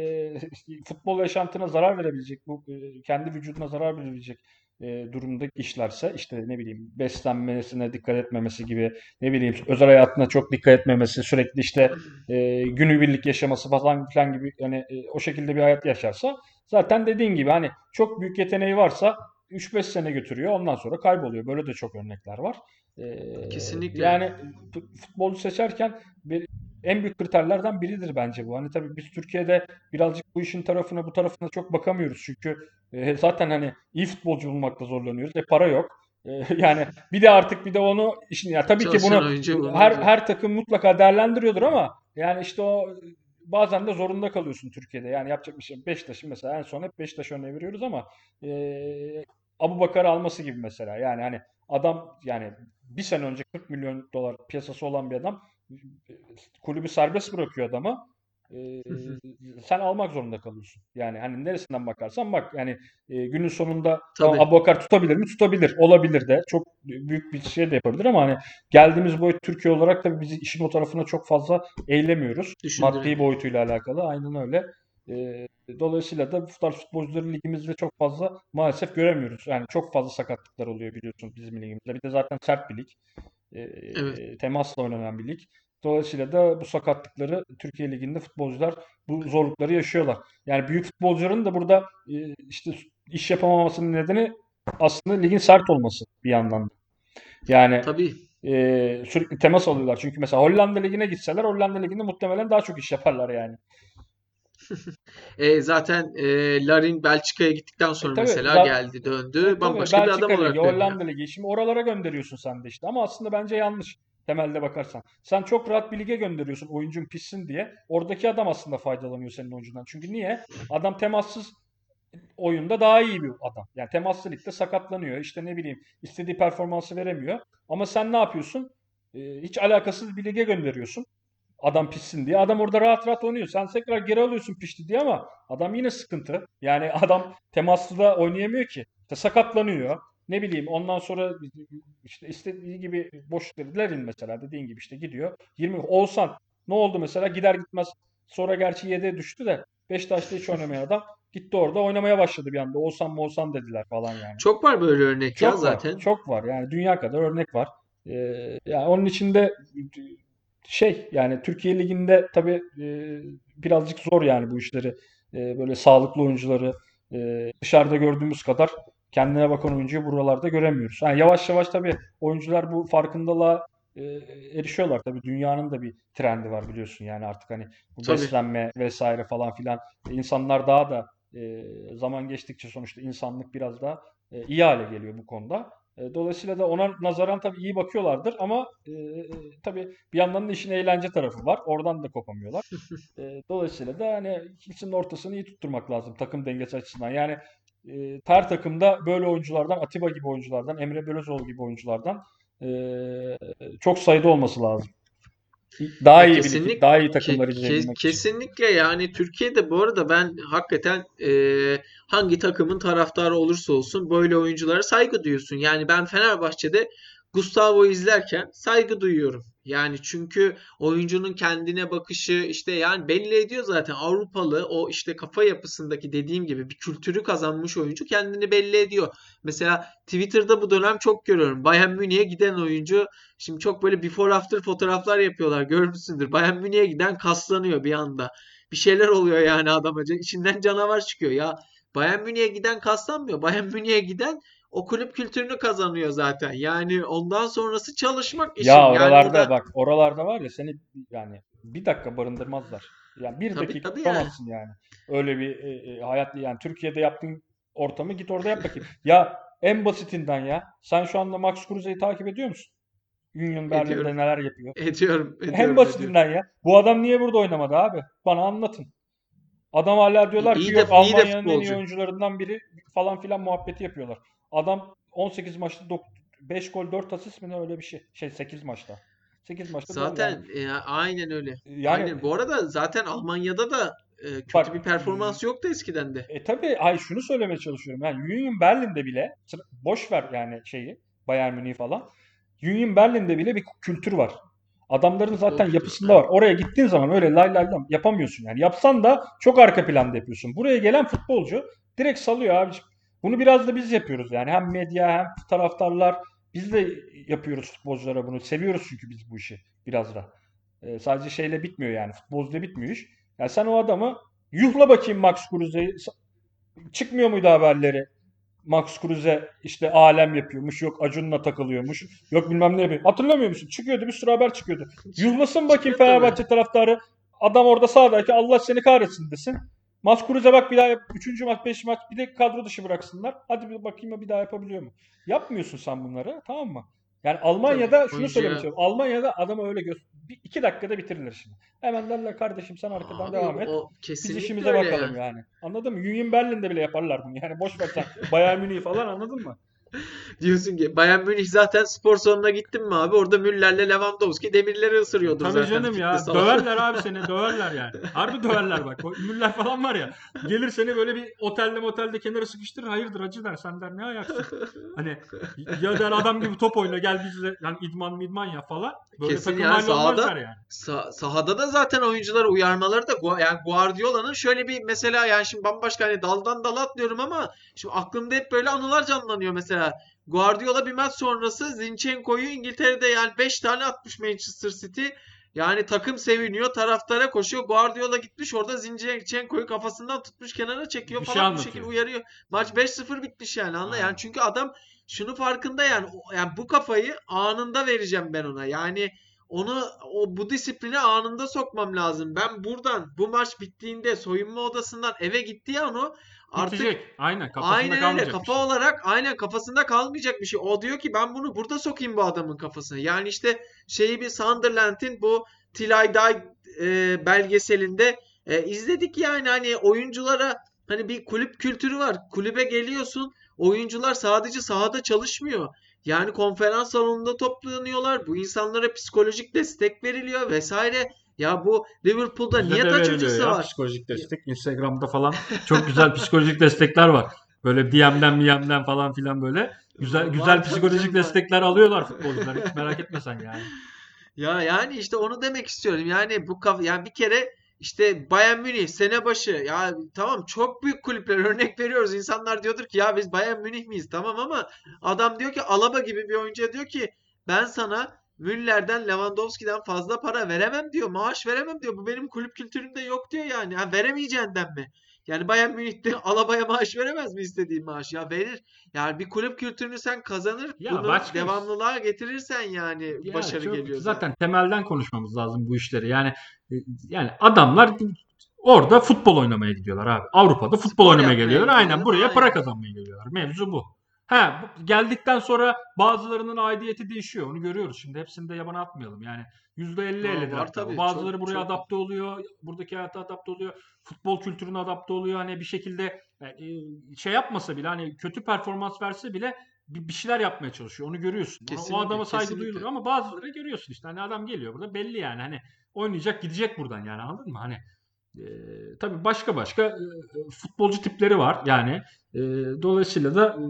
e, futbol yaşantına zarar verebilecek, bu e, kendi vücuduna zarar verebilecek e, durumda işlerse, işte ne bileyim beslenmesine dikkat etmemesi gibi, ne bileyim özel hayatına çok dikkat etmemesi, sürekli işte e, günübirlik yaşaması falan filan gibi, yani e, o şekilde bir hayat yaşarsa zaten dediğin gibi hani çok büyük yeteneği varsa üç beş sene götürüyor, ondan sonra kayboluyor. Böyle de çok örnekler var. E, Kesinlikle. yani futbolcu seçerken bir, en büyük kriterlerden biridir bence bu. Hani tabii biz Türkiye'de birazcık bu işin tarafına bu tarafına çok bakamıyoruz. Çünkü e, zaten hani iyi futbolcu bulmakta zorlanıyoruz. E para yok. E, yani bir de artık bir de onu işin, ya tabii ki Çalışan bunu oyuncu her bulmak zor. her takım mutlaka değerlendiriyordur ama yani işte o bazen de zorunda kalıyorsun Türkiye'de. Yani yapacak bir şey. Beşiktaş'ın mesela en son hep Beşiktaş örneği veriyoruz ama e, Abubakar'ı alması gibi mesela. Yani hani adam, yani bir sene önce kırk milyon dolar piyasası olan bir adam, kulübü serbest bırakıyor adama. Ee, sen almak zorunda kalıyorsun. Yani hani neresinden bakarsan bak, yani e, günün sonunda tamam, Tabii. Abubakar tutabilir mi? Tutabilir. Olabilir de. Çok büyük bir şey de yapabilir ama hani geldiğimiz boyut Türkiye olarak tabii bizi işin o tarafına çok fazla eğlemiyoruz. Maddi Düşündüremiyor. boyutuyla alakalı. Aynen öyle. E, Dolayısıyla da bu tarz futbolcuları ligimizde çok fazla maalesef göremiyoruz. Yani çok fazla sakatlıklar oluyor biliyorsunuz bizim ligimizde. Bir de zaten sert bir lig. Evet. E, temasla oynanan bir lig. Dolayısıyla da bu sakatlıkları Türkiye Ligi'nde futbolcular bu zorlukları yaşıyorlar. Yani büyük futbolcuların da burada e, işte iş yapamamasının nedeni aslında ligin sert olması bir yandan da. Yani Tabii. e, sürekli temas alıyorlar. Çünkü mesela Hollanda Ligi'ne gitseler Hollanda Ligi'nde muhtemelen daha çok iş yaparlar yani. E, zaten e, Larin Belçika'ya gittikten E sonra tabii, mesela za- geldi, döndü. e tabii Bambaşka bir adam Belçika Ligi, olarak döndü ya. Hollanda Ligi. Şimdi oralara gönderiyorsun sen de işte. Ama aslında bence yanlış temelde bakarsan. Sen çok rahat bir lige gönderiyorsun oyuncun pişsin diye. Oradaki adam aslında faydalanıyor senin oyuncudan. Çünkü niye? Adam temassız oyunda daha iyi bir adam. Yani temaslı ligde sakatlanıyor. İşte ne bileyim istediği performansı veremiyor. Ama sen ne yapıyorsun? E, hiç alakasız bir lige gönderiyorsun. Adam pişsin diye. Adam orada rahat rahat oynuyor. Sen tekrar geri alıyorsun pişti diye ama adam yine sıkıntı. Yani adam temaslı da oynayamıyor ki. İşte sakatlanıyor. Ne bileyim ondan sonra işte istediği gibi boşlukları mesela dediğin gibi işte gidiyor. yirmi Oğuzhan ne oldu mesela gider gitmez sonra gerçi yedeğe düştü de Beşiktaş'ta hiç oynamayan adam gitti orada oynamaya başladı bir anda. Oğuzhan Oğuzhan dediler falan yani. Çok var böyle örnek ya Çok var. zaten. Çok var. Yani dünya kadar örnek var. Ee, Yani onun içinde şey yani Türkiye Ligi'nde tabii e, birazcık zor yani bu işleri e, böyle sağlıklı oyuncuları e, dışarıda gördüğümüz kadar kendine bakan oyuncuyu buralarda göremiyoruz. Yani yavaş yavaş tabii oyuncular bu farkındalığa e, erişiyorlar. Tabii dünyanın da bir trendi var biliyorsun yani artık hani bu Tabii. beslenme vesaire falan filan insanlar daha da e, zaman geçtikçe sonuçta insanlık biraz daha e, iyi hale geliyor bu konuda. E, Dolayısıyla da ona nazaran tabii iyi bakıyorlardır ama e, e, tabii bir yandan da işin eğlence tarafı var. Oradan da kopamıyorlar. E, dolayısıyla da hani ikisinin ortasını iyi tutturmak lazım takım dengesi açısından. Yani e, her takımda böyle oyunculardan, Atiba gibi oyunculardan, Emre Belözoğlu gibi oyunculardan e, çok sayıda olması lazım. Daha Ya iyi bir lig, kesinlik daha iyi ke- takımları ke- izleyebilmek için. kesinlikle yani Türkiye'de bu arada ben hakikaten e, hangi takımın taraftarı olursa olsun böyle oyunculara saygı duyuyorsun. Yani ben Fenerbahçe'de Gustavo'yu izlerken saygı duyuyorum. Yani çünkü oyuncunun kendine bakışı işte yani belli ediyor zaten Avrupalı o işte kafa yapısındaki dediğim gibi bir kültürü kazanmış oyuncu kendini belli ediyor. Mesela Twitter'da bu dönem çok görüyorum. Bayern Münih'e giden oyuncu şimdi çok böyle before after fotoğraflar yapıyorlar. Görmüşsündür. Bayern Münih'e giden kaslanıyor bir anda. Bir şeyler oluyor yani adama. İçinden canavar çıkıyor. Ya Bayern Münih'e giden kaslanmıyor. Bayern Münih'e giden o kulüp kültürünü kazanıyor zaten. Yani ondan sonrası çalışmak işin. Ya Yani o oralarda da bak oralarda var ya seni yani bir dakika barındırmazlar. Yani bir tabii dakika tabii yani. tutamazsın yani. Öyle bir e, e, hayat yani Türkiye'de yaptığın ortamı git orada yap bakayım. Ya en basitinden ya. Sen şu anda Max Kruse'yi takip ediyor musun? Union Berlin'de Ediyorum. neler yapıyor? Ediyorum. En Ediyorum. Ediyorum. basitinden ya. Bu adam niye burada oynamadı abi? Bana anlatın. Adam hala İyi diyorlar ki iyi de yok iyi de Almanya'nın en iyi futbolcu. oyuncularından biri falan filan muhabbeti yapıyorlar. Adam on sekiz maçta beş gol dört asist mi ne öyle bir şey. Şey sekiz maçta. sekiz maçta dört yani. Zaten e, aynen öyle. Yani Aynen. Bu arada zaten Almanya'da da e, kötü bir bak performans yoktu eskiden de. e, tabii ay şunu söylemeye çalışıyorum. Yani Union Berlin'de bile sıra- boş ver yani şeyi Bayern Münih falan. Union Berlin'de bile bir kültür var. Adamların zaten Futbol kültürü. yapısında Evet. var. Oraya gittiğin zaman öyle lay lay lam yapamıyorsun yani. Yapsan da çok arka planda yapıyorsun. Buraya gelen futbolcu direkt salıyor abiciğim. Bunu biraz da biz yapıyoruz yani. Hem medya hem taraftarlar biz de yapıyoruz futbolculara bunu. Seviyoruz çünkü biz bu işi biraz da. Ee, sadece şeyle bitmiyor yani. Futbolcuyla bitmiyor iş. Yani sen o adamı yuhla bakayım Max Kruse'yi. Çıkmıyor muydu haberleri? Max Kruse işte alem yapıyormuş. Yok Acun'la takılıyormuş. Yok bilmem ne yapıyor. Hatırlamıyor musun? Çıkıyordu bir sürü haber çıkıyordu. Çık, Yuhlasın bakayım çıkıyor tabii. Fenerbahçe taraftarı. Adam orada sahadaki Allah seni kahretsin desin. Max Kruse bak bir daha yap. Üçüncü maç, beş maç bir de kadro dışı bıraksınlar. Hadi bir bakayım bir daha yapabiliyor mu? Yapmıyorsun sen bunları tamam mı? Yani Tabii. Almanya'da şunu söylemek Oyuncuya istiyorum. Almanya'da adamı öyle gö- bir, iki dakikada bitirilir şimdi. Hemen derler kardeşim sen arkadan abi devam et. o Biz kesinlikle işimize öyle bakalım ya. yani. Anladın mı? Union Berlin'de bile yaparlar bunu. Yani boş ver sen Bayern Münih falan anladın mı? Diyorsun ki Bayern Münih zaten spor salonuna gittin mi abi? Orada Müller'le Lewandowski demirleri ısırıyordur Tabii zaten canım fitness ya. salonu. Döverler abi seni. Döverler yani. Harbi döverler bak. O Müller falan var ya. Gelir seni böyle bir otelde motelde kenara sıkıştırır. Hayırdır hacı der. Sen der ne ayaksın? Hani ya der adam gibi top oyna gel bizle. Yani idman idman ya falan. Böyle Kesin takım yani hali olmaz der sahada yani. sa- sahada da zaten oyuncuları uyarmaları da Gua- yani Guardiola'nın şöyle bir mesela yani şimdi bambaşka hani daldan dala atlıyorum ama şimdi aklımda hep böyle anılar canlanıyor mesela. Guardiola bir maç sonrası Zinchenko'yu İngiltere'de yani beş tane atmış Manchester City. Yani takım seviniyor, taraftara koşuyor. Guardiola gitmiş orada Zinchenko'yu kafasından tutmuş kenara çekiyor Bir şey falan bu şekilde anlatıyor. uyarıyor. Maç beş sıfır bitmiş yani anla. Yani Aynen. çünkü adam şunu farkında yani o- yani bu kafayı anında vereceğim ben ona. Yani onu o bu disipline anında sokmam lazım. Ben buradan bu maç bittiğinde soyunma odasından eve gittiği an o artık Bitecek. Aynen. Kafasında aynen öyle kalmayacak bir kafa şey. olarak aynen kafasında kalmayacak bir şey. O diyor ki ben bunu burada sokayım bu adamın kafasına. Yani işte şeyi bir Sunderland'in bu Till I Die e, belgeselinde e, izledik yani hani oyunculara hani bir kulüp kültürü var. Kulübe geliyorsun. Oyuncular sadece sahada çalışmıyor. Yani konferans salonunda toplanıyorlar. Bu insanlara psikolojik destek veriliyor vesaire. Ya bu Liverpool'da Bizde niye de taç veriliyor hocası ya var? psikolojik Ya, destek. Instagram'da falan çok güzel psikolojik destekler var. Böyle D M'den M M'den falan filan böyle güzel var güzel tabii psikolojik canım var. destekler alıyorlar futbolcular. Hiç merak etme sen yani. Ya yani işte onu demek istiyorum. Yani bu kaf yani bir kere işte Bayern Münih sene başı ya tamam çok büyük kulüpler örnek veriyoruz. İnsanlar diyordur ki ya biz Bayern Münih miyiz? Tamam ama adam diyor ki Alaba gibi bir oyuncuya diyor ki ben sana Müller'den Lewandowski'den fazla para veremem diyor. Maaş veremem diyor. Bu benim kulüp kültürümde yok diyor yani. Ha, veremeyeceğinden mi? Yani Bayern Münih'te Alaba'ya maaş veremez mi istediğin maaş? Ya verir. Yani bir kulüp kültürünü sen kazanır, Ya bunu başka bir şey. devamlılığa getirirsen yani Ya başarı çok geliyor zaten zaten. temelden konuşmamız lazım bu işleri. Yani e, yani adamlar orada futbol oynamaya gidiyorlar abi. Avrupa'da futbol Spor oynamaya yapmaya geliyorlar. Aynen gidiyorlar. buraya para Aynen. kazanmaya geliyorlar. Mevzu bu. Ha bu- geldikten sonra bazılarının aidiyeti değişiyor. Onu görüyoruz şimdi. Hepsini de yabana atmayalım. Yani yüzde elli Aa, ellidir var hatta. Bu. tabii. Çok Bazıları buraya çok var. adapte oluyor. Buradaki hayata adapte oluyor. Futbol kültürüne adapte oluyor. Hani bir şekilde e, şey yapmasa bile hani kötü performans verse bile bir bir şeyler yapmaya çalışıyor. Onu görüyorsun. Ona, o Kesinlikle. adama saygı duyulur Kesinlikle. ama bazıları görüyorsun işte. Hani adam geliyor burada belli yani. Hani oynayacak gidecek buradan yani anladın mı? Hani e, tabii başka başka e, futbolcu tipleri var yani. E, dolayısıyla da e,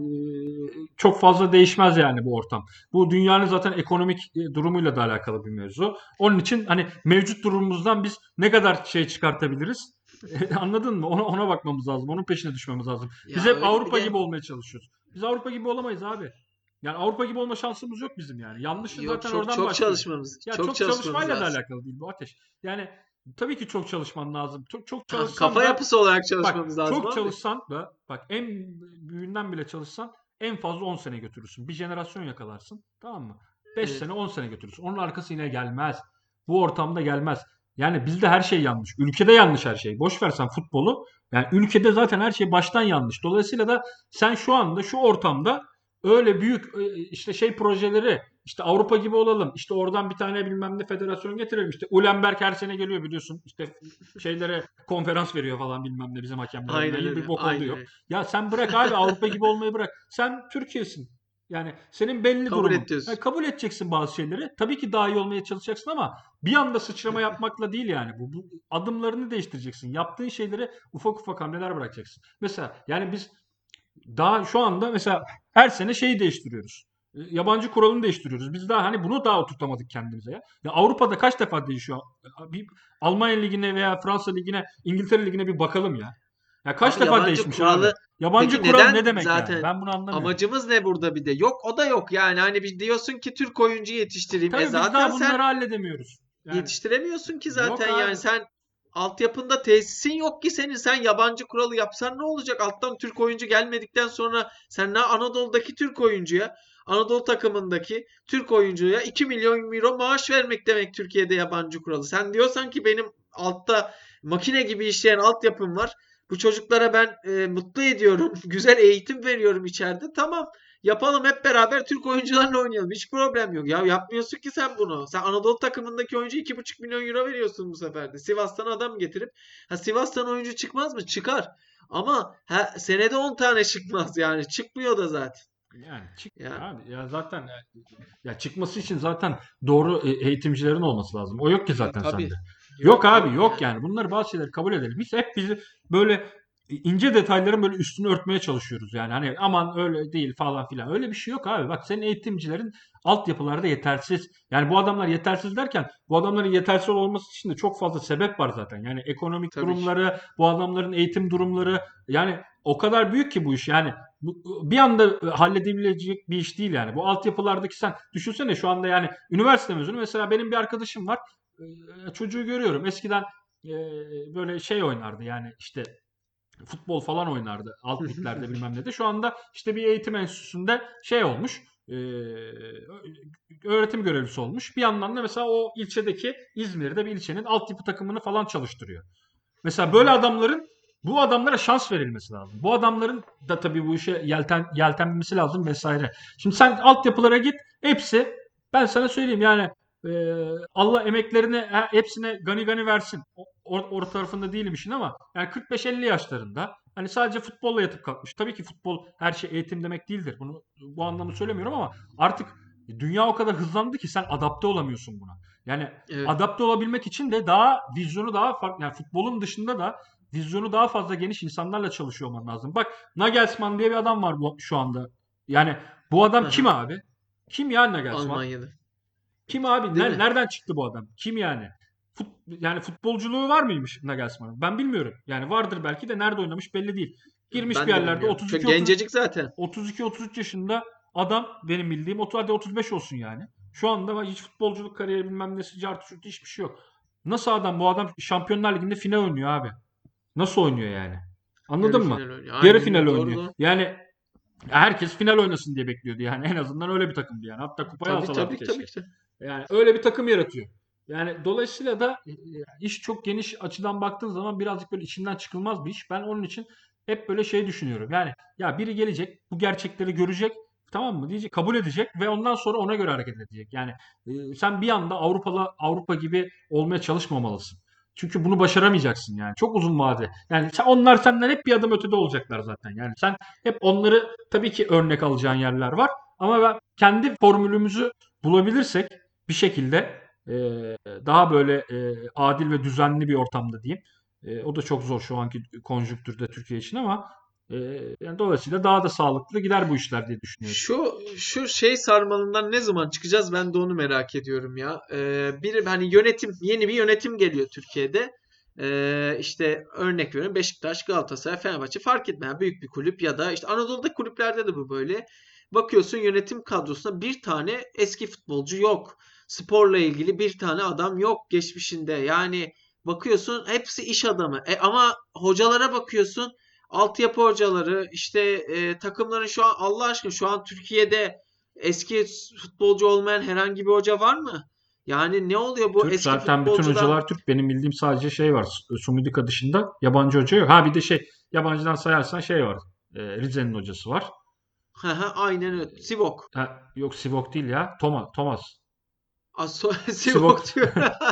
çok fazla değişmez yani bu ortam. Bu dünyanın zaten ekonomik e, durumuyla da alakalı bir mevzu. Onun için hani mevcut durumumuzdan biz ne kadar şey çıkartabiliriz? Anladın mı? Ona, ona bakmamız lazım. Onun peşine düşmemiz lazım. Biz Ya hep öyle bir Avrupa de gibi olmaya çalışıyoruz. Biz Avrupa gibi olamayız abi. Yani Avrupa gibi olma şansımız yok bizim yani. Yanlışı yok zaten çok oradan çok başlıyor. çalışmamız Ya çok çok çalışmamız çalışmayla da lazım. alakalı değil bu Ateş. Yani tabii ki çok çalışman lazım. Çok çok Ha, çalışsan kafa da yapısı olarak bak çalışmamız lazım çok abi. çalışsan da bak en büyüğünden bile çalışsan en fazla on sene götürürsün. Bir jenerasyon yakalarsın. Tamam mı? beş Evet. sene on sene götürürsün. Onun arkası yine gelmez. Bu ortamda gelmez. Yani bizde her şey yanlış. Ülkede yanlış her şey. Boş versen futbolu. Yani ülkede zaten her şey baştan yanlış. Dolayısıyla da sen şu anda şu ortamda öyle büyük e, işte şey projeleri işte Avrupa gibi olalım. İşte oradan bir tane bilmem ne federasyon getirelim. İşte Ulenberg her sene geliyor biliyorsun. İşte şeylere konferans veriyor falan bilmem ne bizim hakemlere. Aynen Hayır bir öyle. bok oldu Aynen yok. öyle. Ya sen bırak abi Avrupa gibi olmayı bırak. Sen Türkiye'sin. Yani senin belli Kabul durumun. et Yani diyorsun. kabul edeceksin bazı şeyleri. Tabii ki daha iyi olmaya çalışacaksın ama bir anda sıçrama yapmakla değil yani. Bu, bu adımlarını değiştireceksin. Yaptığın şeyleri ufak ufak hamleler bırakacaksın. Mesela yani biz daha şu anda mesela her sene şeyi değiştiriyoruz. E, Yabancı kuralını değiştiriyoruz. Biz daha hani bunu daha oturtamadık kendimize ya. Ya Avrupa'da kaç defa değişiyor? Bir Almanya ligine veya Fransa ligine, İngiltere ligine bir bakalım ya. Ya kaç Abi defa yabancı değişmiş abi? kuralı Yabancı peki kural ne neden demek yani? zaten Ben bunu anlamıyorum. amacımız ne burada bir de? Yok o da yok yani hani bir diyorsun ki Türk oyuncu yetiştireyim. E Tabii biz zaten daha sen bunları halledemiyoruz. Yani yetiştiremiyorsun ki yok zaten yani abi. sen altyapında tesisin yok ki senin sen yabancı kuralı yapsan ne olacak alttan Türk oyuncu gelmedikten sonra sen ne Anadolu'daki Türk oyuncuya Anadolu takımındaki Türk oyuncuya iki milyon euro maaş vermek demek Türkiye'de yabancı kuralı. Sen diyorsan ki benim altta makine gibi işleyen altyapım var. Bu çocuklara ben e, mutlu ediyorum. Güzel eğitim veriyorum içeride. Tamam. Yapalım hep beraber Türk oyuncularla oynayalım. Hiç problem yok. Ya yapmıyorsun ki sen bunu. Sen Anadolu takımındaki oyuncu iki buçuk milyon euro veriyorsun bu sefer de. Sivas'tan adam getirip. Ha Sivas'tan oyuncu çıkmaz mı? Çıkar. Ama ha, senede on tane çıkmaz yani. Çıkmıyor da zaten. Yani çıkmıyor Ya abi. Ya zaten e, ya çıkması için zaten doğru e- eğitimcilerin olması lazım. O yok ki e, zaten sende. tabii Yok yok abi yok yok yani. yani. Bunları bazı şeyleri kabul edelim. Biz hep bizi böyle ince detayların böyle üstünü örtmeye çalışıyoruz. Yani hani aman öyle değil falan filan. Öyle bir şey yok abi. Bak senin eğitimcilerin altyapılarda yetersiz. Yani bu adamlar yetersiz derken bu adamların yetersiz olması için de çok fazla sebep var zaten. Yani ekonomik Tabii ki. durumları, bu adamların eğitim durumları yani o kadar büyük ki bu iş. Yani bu- bir anda e, halledebilecek bir iş değil yani. Bu altyapılardaki sen düşünsene şu anda yani üniversite mezunu mesela benim bir arkadaşım var. Ee, Çocuğu görüyorum. Eskiden e, böyle şey oynardı yani işte futbol falan oynardı alt liglerde bilmem ne de. Şu anda işte bir eğitim enstitüsünde şey olmuş. e, Öğretim görevlisi olmuş. Bir yandan da mesela o ilçedeki İzmir'de bir ilçenin altyapı takımını falan çalıştırıyor. Hı Mesela böyle hı. adamların bu adamlara şans verilmesi lazım. Bu adamların da tabii bu işe yelten yeltenmesi lazım vesaire. Şimdi sen altyapılara git. Hepsi ben sana söyleyeyim yani e, Allah emeklerini he- hepsine gani gani versin. O, or, or tarafında değilim işin ama yani kırk beş elli yaşlarında hani sadece futbolla yatıp kalkmış. Tabii ki futbol her şey eğitim demek değildir. Bunu bu anlamda söylemiyorum ama artık dünya o kadar hızlandı ki sen adapte olamıyorsun buna. Yani Evet. adapte olabilmek için de daha vizyonu daha farklı. Yani futbolun dışında da vizyonu daha fazla geniş insanlarla çalışıyor olman lazım. Bak Nagelsmann diye bir adam var bu, şu anda. Yani bu Hı adam kim hı. abi? Kim ya Nagelsmann? Almanya'da. Kim abi? Değil Ne- mi? nereden çıktı bu adam? Kim yani? Fut, yani futbolculuğu var mıymış Nagelsmann'ın? Ben bilmiyorum. Yani vardır belki de nerede oynamış belli değil. Girmiş bir Ben de yerlerde bilmiyorum. Çok otuz iki otuz üç gencecik zaten. otuz iki otuz üç yaşında adam benim bildiğim otuz hadi otuz beş olsun yani. Şu anda hiç futbolculuk kariyeri bilmem nesi cartı çurtu hiçbir şey yok. Nasıl adam bu adam Şampiyonlar Ligi'nde final oynuyor abi. Nasıl oynuyor yani? Yarı Anladın mı? final oynuyor. Yarı Aynen final öyle. Doğru oynuyor. doğru. Yani herkes final oynasın diye bekliyordu yani. En azından öyle bir takımdı yani. Hatta kupayı Tabii alsalardı tabii tabii keşke. ki de. Yani öyle bir takım yaratıyor. Yani dolayısıyla da e, iş çok geniş açıdan baktığın zaman birazcık böyle içinden çıkılmaz bir iş. Ben onun için hep böyle şey düşünüyorum. Yani ya biri gelecek, bu gerçekleri görecek, tamam mı? Diyecek, kabul edecek ve ondan sonra ona göre hareket edecek. Yani e, sen bir anda Avrupalı Avrupa gibi olmaya çalışmamalısın. Çünkü bunu başaramayacaksın yani. Çok uzun vade. Yani sen, onlar senden hep bir adım ötede olacaklar zaten. Yani sen hep onları tabii ki örnek alacağın yerler var. Ama ben kendi formülümüzü bulabilirsek bir şekilde e, daha böyle e, adil ve düzenli bir ortamda diyeyim. E, o da çok zor şu anki konjüktürde Türkiye için ama e, yani dolayısıyla daha da sağlıklı gider bu işler diye düşünüyorum. Şu şu şey sarmalından ne zaman çıkacağız ben de onu merak ediyorum ya. Ee, bir hani yönetim yeni bir yönetim geliyor Türkiye'de. Ee, işte örnek veriyorum Beşiktaş, Galatasaray, Fenerbahçe fark etmez. Yani büyük bir kulüp ya da işte Anadolu'da kulüplerde de bu böyle. Bakıyorsun yönetim kadrosunda bir tane eski futbolcu yok. Sporla ilgili bir tane adam yok geçmişinde. Yani bakıyorsun hepsi iş adamı. E, ama hocalara bakıyorsun. Altyapı hocaları işte e, takımların şu an Allah aşkına şu an Türkiye'de eski futbolcu olmayan herhangi bir hoca var mı? Yani ne oluyor bu Türk eski zaten bütün futbolcudan? hocalar Türk. Benim bildiğim sadece şey var. Sumudika dışında yabancı hoca yok. Ha bir de şey yabancıdan sayarsan şey var. E, Rize'nin hocası var. Hı hı, aynen öyle. Sivok. Ha, yok Sivok değil ya. Thomas. Thomas. A, so- Sivok. Sivok diyor.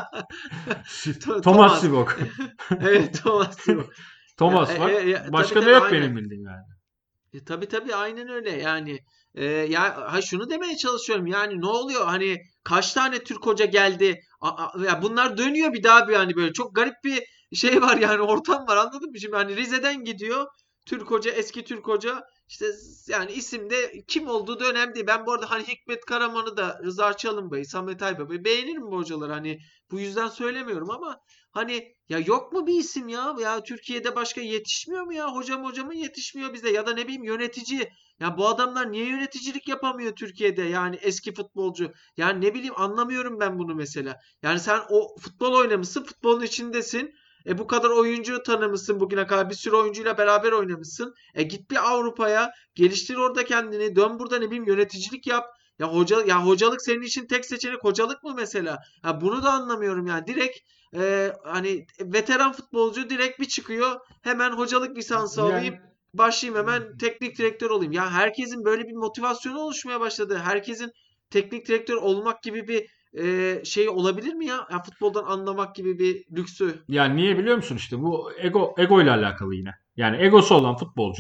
To- Thomas Thomas. Sivok. Evet Thomas Sivok. Ya, e, Thomas var. e, ya, tabii Başka da tabii yok aynen. benim bildiğim yani. E, tabii tabii aynen öyle yani. E, ya ha şunu demeye çalışıyorum yani ne oluyor hani kaç tane Türk hoca geldi A- a- ya bunlar dönüyor bir daha bir hani böyle çok garip bir şey var yani ortam var anladın mı şimdi hani Rize'den gidiyor Türk hoca eski Türk hoca işte yani isimde kim olduğu da önemli değil. Ben bu arada hani Hikmet Karaman'ı da Rıza Çalınbay'ı Samet Aybaba'yı beğenirim bu hocalar hani bu yüzden söylemiyorum ama hani ya yok mu bir isim ya? Ya Türkiye'de başka yetişmiyor mu ya? Hocam hocamın yetişmiyor bize ya da ne bileyim yönetici. Ya bu adamlar niye yöneticilik yapamıyor Türkiye'de? Yani eski futbolcu. Yani ne bileyim anlamıyorum ben bunu mesela. Yani sen o futbol oynamışsın, futbolun içindesin. E bu kadar oyuncu tanımışsın bugüne kadar bir sürü oyuncuyla beraber oynamışsın. E git bir Avrupa'ya, geliştir orada kendini. Dön burada ne bileyim yöneticilik yap. Ya hoca ya hocalık senin için tek seçenek hocalık mı mesela? Ha bunu da anlamıyorum yani. Direkt ee, hani veteran futbolcu direkt bir çıkıyor. Hemen hocalık lisansı alayım. Yani Başlayayım hemen teknik direktör olayım. Ya herkesin böyle bir motivasyonu oluşmaya başladı. Herkesin teknik direktör olmak gibi bir e, şey olabilir mi ya? Ya futboldan anlamak gibi bir lüksü. yani niye biliyor musun işte bu ego ego ile alakalı yine. Yani egosu olan futbolcu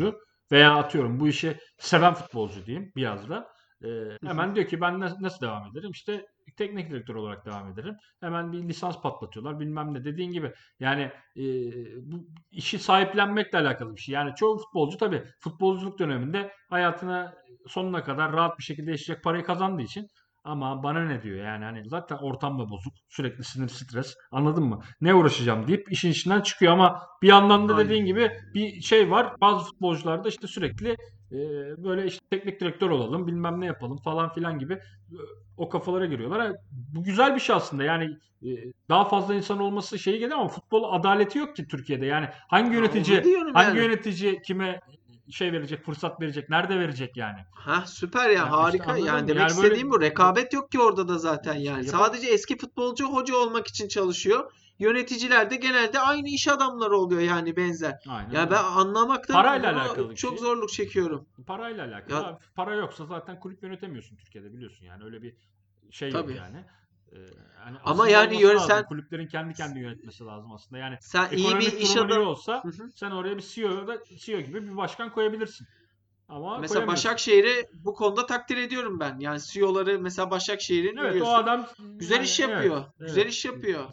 Veya atıyorum bu işi seven futbolcu diyeyim biraz da. Ee, Hı hı. hemen diyor ki ben nas- nasıl devam ederim? İşte teknik direktör olarak devam ederim. Hemen bir lisans patlatıyorlar bilmem ne dediğin gibi. Yani e, bu işi sahiplenmekle alakalı bir şey. Yani çoğu futbolcu tabii futbolculuk döneminde hayatına sonuna kadar rahat bir şekilde yaşayacak parayı kazandığı için ama bana ne diyor yani hani zaten ortam da bozuk. Sürekli sinir stres anladın mı? Ne uğraşacağım deyip işin içinden çıkıyor ama bir yandan da Aynen. dediğin gibi bir şey var. Bazı futbolcular da işte sürekli e, böyle işte teknik direktör olalım bilmem ne yapalım falan filan gibi e, o kafalara giriyorlar. Ha, bu güzel bir şey aslında yani e, daha fazla insan olması şeyi gelir ama futbol adaleti yok ki Türkiye'de. Yani hangi Ha, onu yönetici diyorum hangi yani. yönetici kime şey verecek, fırsat verecek, nerede verecek yani? Ha, süper ya, Ya işte harika. anladın Yani mı? demek Yani böyle istediğim bu. Rekabet yok ki orada da zaten işte yani. yapam Sadece eski futbolcu hoca olmak için çalışıyor. Yöneticiler de genelde aynı iş adamları oluyor yani, benzer. aynen Ya öyle. ben anlamakta Parayla bunu alakalı bir çok şey. zorluk çekiyorum. Parayla alakalı Ya abi. Para yoksa zaten kulüp yönetemiyorsun Türkiye'de biliyorsun yani öyle bir şey yok tabii. yani. Ee, hani Ama aslında yani olması yön lazım. sen Kulüplerin kendi kendi yönetmesi lazım aslında. Yani sen iyi bir ekonomik iş durumun iyi adam. olsa sen oraya bir C E O da C E O gibi bir başkan koyabilirsin. Ama Mesela koyamıyorsun. Başakşehir'i bu konuda takdir ediyorum ben. Yani C E O'ları mesela Başakşehir'in Evet o biliyorsun adam güzel yani iş evet yapıyor. Güzel evet iş yapıyor.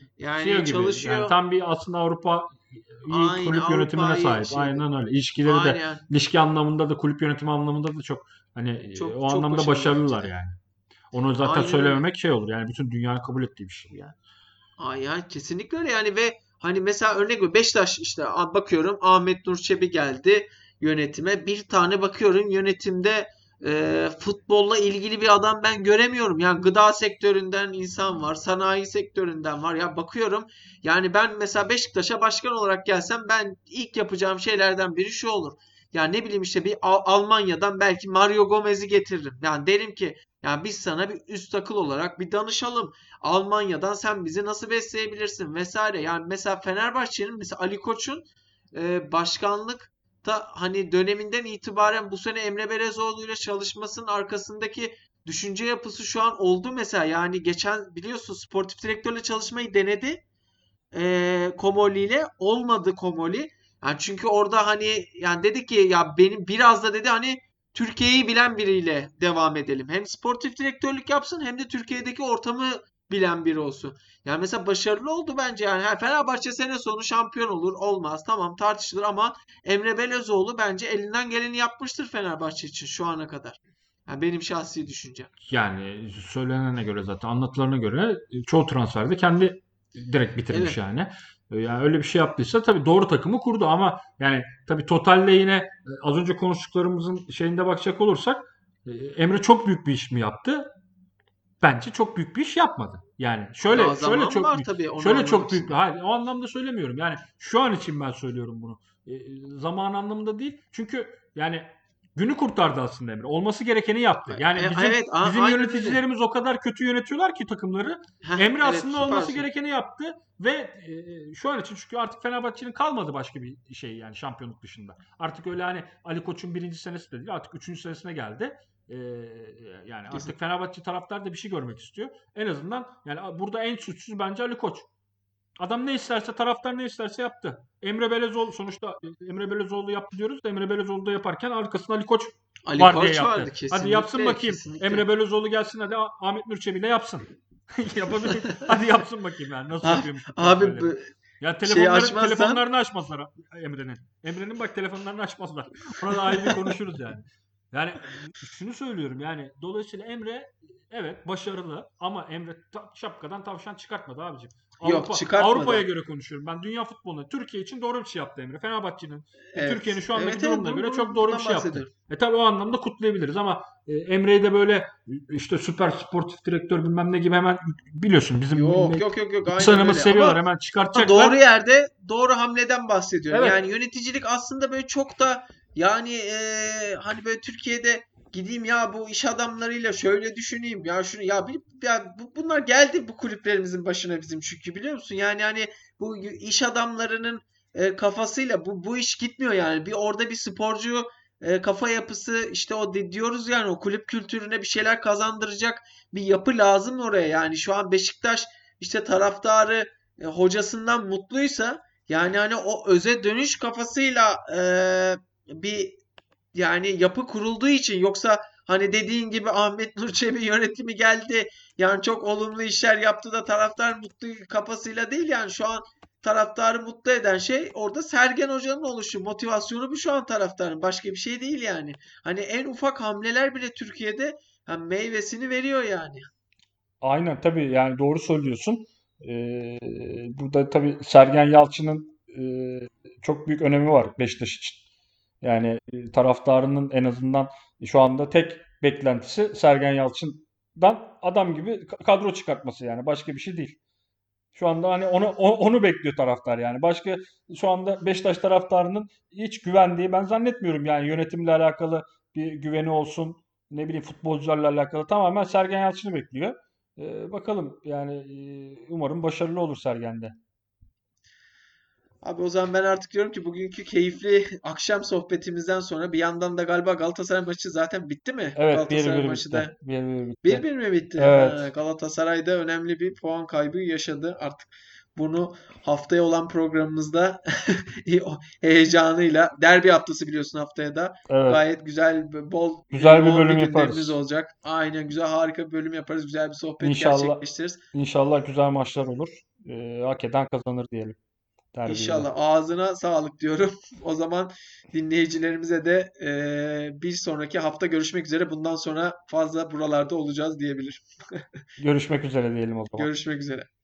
C E O Yani gibi yani çalışıyor. tam bir aslında Avrupa iyi Aynı kulüp yönetimine Avrupa'yı sahip. şeyde. Aynen öyle. İlişkileri de Aynen. ilişki anlamında da kulüp yönetimi anlamında da çok hani e, o Çok çok anlamda başarılı bence başarılılar de. yani. Onu zaten Aynen öyle. söylememek şey olur. Yani bütün dünyanın kabul ettiği bir şey yani. Ay ya, kesinlikle öyle yani. Ve hani mesela örnek veriyorum, Beşiktaş işte, a- bakıyorum Ahmet Nur Çebi geldi yönetime. Bir tane bakıyorum yönetimde e, futbolla ilgili bir adam ben göremiyorum. Yani gıda sektöründen insan var, sanayi sektöründen var. Ya bakıyorum, yani ben mesela Beşiktaş'a başkan olarak gelsem ben ilk yapacağım şeylerden biri şu olur. Yani ne bileyim işte bir Al- Almanya'dan belki Mario Gomez'i getiririm. Yani derim ki ya biz sana bir üst akıl olarak bir danışalım. Almanya'dan sen bizi nasıl besleyebilirsin vesaire. Yani mesela Fenerbahçe'nin, mesela Ali Koç'un e, başkanlıkta hani döneminden itibaren bu sene Emre Belezoğlu ile çalışmasının arkasındaki düşünce yapısı şu an oldu mesela. Yani geçen biliyorsun sportif direktörle çalışmayı denedi. E, Komoli ile olmadı Komoli. Yani çünkü orada hani yani dedi ki ya benim biraz da dedi hani Türkiye'yi bilen biriyle devam edelim. Hem sportif direktörlük yapsın hem de Türkiye'deki ortamı bilen biri olsun. Yani mesela başarılı oldu bence yani. Ha, Fenerbahçe sene sonu şampiyon olur olmaz tamam tartışılır ama Emre Belözoğlu bence elinden geleni yapmıştır Fenerbahçe için şu ana kadar. Yani benim şahsi düşüncem. Yani söylenene göre zaten anlatılarına göre e, çoğu transferde kendi direkt bitirmiş Evet. yani. E, Yani öyle bir şey yaptıysa tabii doğru takımı kurdu ama yani tabii totalde yine e, az önce konuştuklarımızın şeyinde bakacak olursak e, Emre çok büyük bir iş mi yaptı? Bence çok büyük bir iş yapmadı. Yani Daha şöyle şöyle zaman çok var büyük tabii onu şöyle anlamak çok büyük için. bir hayır o anlamda söylemiyorum. Yani şu an için ben söylüyorum bunu. E, zaman anlamında değil. Çünkü yani günü kurtardı aslında Emre. Olması gerekeni yaptı. E, Yani bizim evet, a- bizim aynen öyle. yöneticilerimiz o kadar kötü yönetiyorlar ki takımları. Heh, Emre evet, aslında olması süpersin. gerekeni yaptı ve e, şu an için çünkü artık Fenerbahçe'nin kalmadı başka bir şey yani şampiyonluk dışında. Artık öyle hani Ali Koç'un birinci senesi de değil artık üçüncü senesine geldi. Ee, yani artık Kesin. Fenerbahçe taraftar da bir şey görmek istiyor. En azından yani burada en suçsuz bence Ali Koç. Adam ne isterse taraftar ne isterse yaptı. Emre Belezoğlu sonuçta e, Emre Belezoğlu yaptı diyoruz da Emre Belezoğlu da yaparken arkasında Ali Koç Ali var diye Koç yaptı. vardı, Hadi yapsın kesinlikle bakayım. Emre kesinlikle. Belezoğlu gelsin hadi Ahmet Nur Çebi ile yapsın. Yapabilir. Hadi yapsın bakayım yani nasıl Ah, yapıyormuş bu abi transferleri. bu Ya şeyi telefonları açmazsan telefonlarını açmazlar Emre'nin. Emre'nin bak telefonlarını açmazlar. Ona da ayrı bir konuşuruz yani. Yani şunu söylüyorum yani dolayısıyla Emre evet başarılı ama Emre ta- şapkadan tavşan çıkartmadı abicim. yok, Avrupa Avrupa'ya çıkartmadı. göre konuşuyorum. Ben dünya futboluna Türkiye için doğru bir şey yaptı Emre. Fenerbahçe'nin ve Türkiye'nin Evet. şu andaki Evet evet, durumuna bu, göre çok bu- doğru bir bundan şey yaptı. bahsediyorum. E tabi o anlamda kutlayabiliriz ama e, Emre'yi de böyle e, işte süper sportif direktör bilmem ne gibi hemen biliyorsun bizim Yok yok yok yok, aynen insanımız öyle. seviyorlar Ama hemen ama doğru çıkartacaklar. yerde doğru hamleden bahsediyorum. Yani Evet. yöneticilik aslında böyle çok da yani eee, hani böyle Türkiye'de gideyim ya bu iş adamlarıyla şöyle düşüneyim ya şunu ya, bir, ya bu- bunlar geldi bu kulüplerimizin başına bizim, çünkü biliyor musun? Yani hani bu iş adamlarının e, kafasıyla bu bu iş gitmiyor yani. Bir orada bir sporcu e, kafa yapısı işte o di- diyoruz yani, o kulüp kültürüne bir şeyler kazandıracak bir yapı lazım oraya. Yani şu an Beşiktaş işte taraftarı e, hocasından mutluysa yani hani o öze dönüş kafasıyla e, bir yani yapı kurulduğu için, yoksa hani dediğin gibi Ahmet Nur Çebi yönetimi geldi yani çok olumlu işler yaptı da taraftar mutlu kafasıyla değil. Yani şu an taraftarı mutlu eden şey orada Sergen Hoca'nın oluşu, motivasyonu bu şu an taraftarın, başka bir şey değil yani. Hani en ufak hamleler bile Türkiye'de yani meyvesini veriyor yani. Aynen tabii yani doğru söylüyorsun. Ee, burada tabii Sergen Yalçın'ın e, çok büyük önemi var Beşiktaş için. Yani e, taraftarının en azından şu anda tek beklentisi Sergen Yalçın'dan adam gibi ka- kadro çıkartması yani başka bir şey değil. Şu anda hani onu o- onu bekliyor taraftar yani. Başka şu anda Beşiktaş taraftarının hiç güvendiği ben zannetmiyorum yani yönetimle alakalı bir güveni olsun. Ne bileyim futbolcularla alakalı tamamen Sergen Yalçın'ı bekliyor. Ee, bakalım yani e, umarım başarılı olur Sergen'de. Abi o zaman ben artık diyorum ki bugünkü keyifli akşam sohbetimizden sonra bir yandan da galiba Galatasaray maçı zaten bitti mi? Evet bir Galatasaray bir maçı bitti. da bir bir bir bitti. bir mi bitti? Ha, Evet. Galatasaray'da önemli bir puan kaybı yaşadı. Artık bunu haftaya olan programımızda o heyecanıyla, derbi haftası biliyorsun haftaya da, Evet. gayet güzel, bol Güzel bir yoğun bir bölüm gündemimiz yaparız. olacak. Aynen, güzel, harika bir bölüm yaparız. Güzel bir sohbet İnşallah gerçekleştiririz. inşallah güzel maçlar olur. Ee, hak eden kazanır diyelim derbiyi de. İnşallah, ağzına sağlık diyorum. O zaman dinleyicilerimize de eee, bir sonraki hafta görüşmek üzere. Bundan sonra fazla buralarda olacağız diyebilirim. Görüşmek üzere diyelim o zaman. Görüşmek üzere.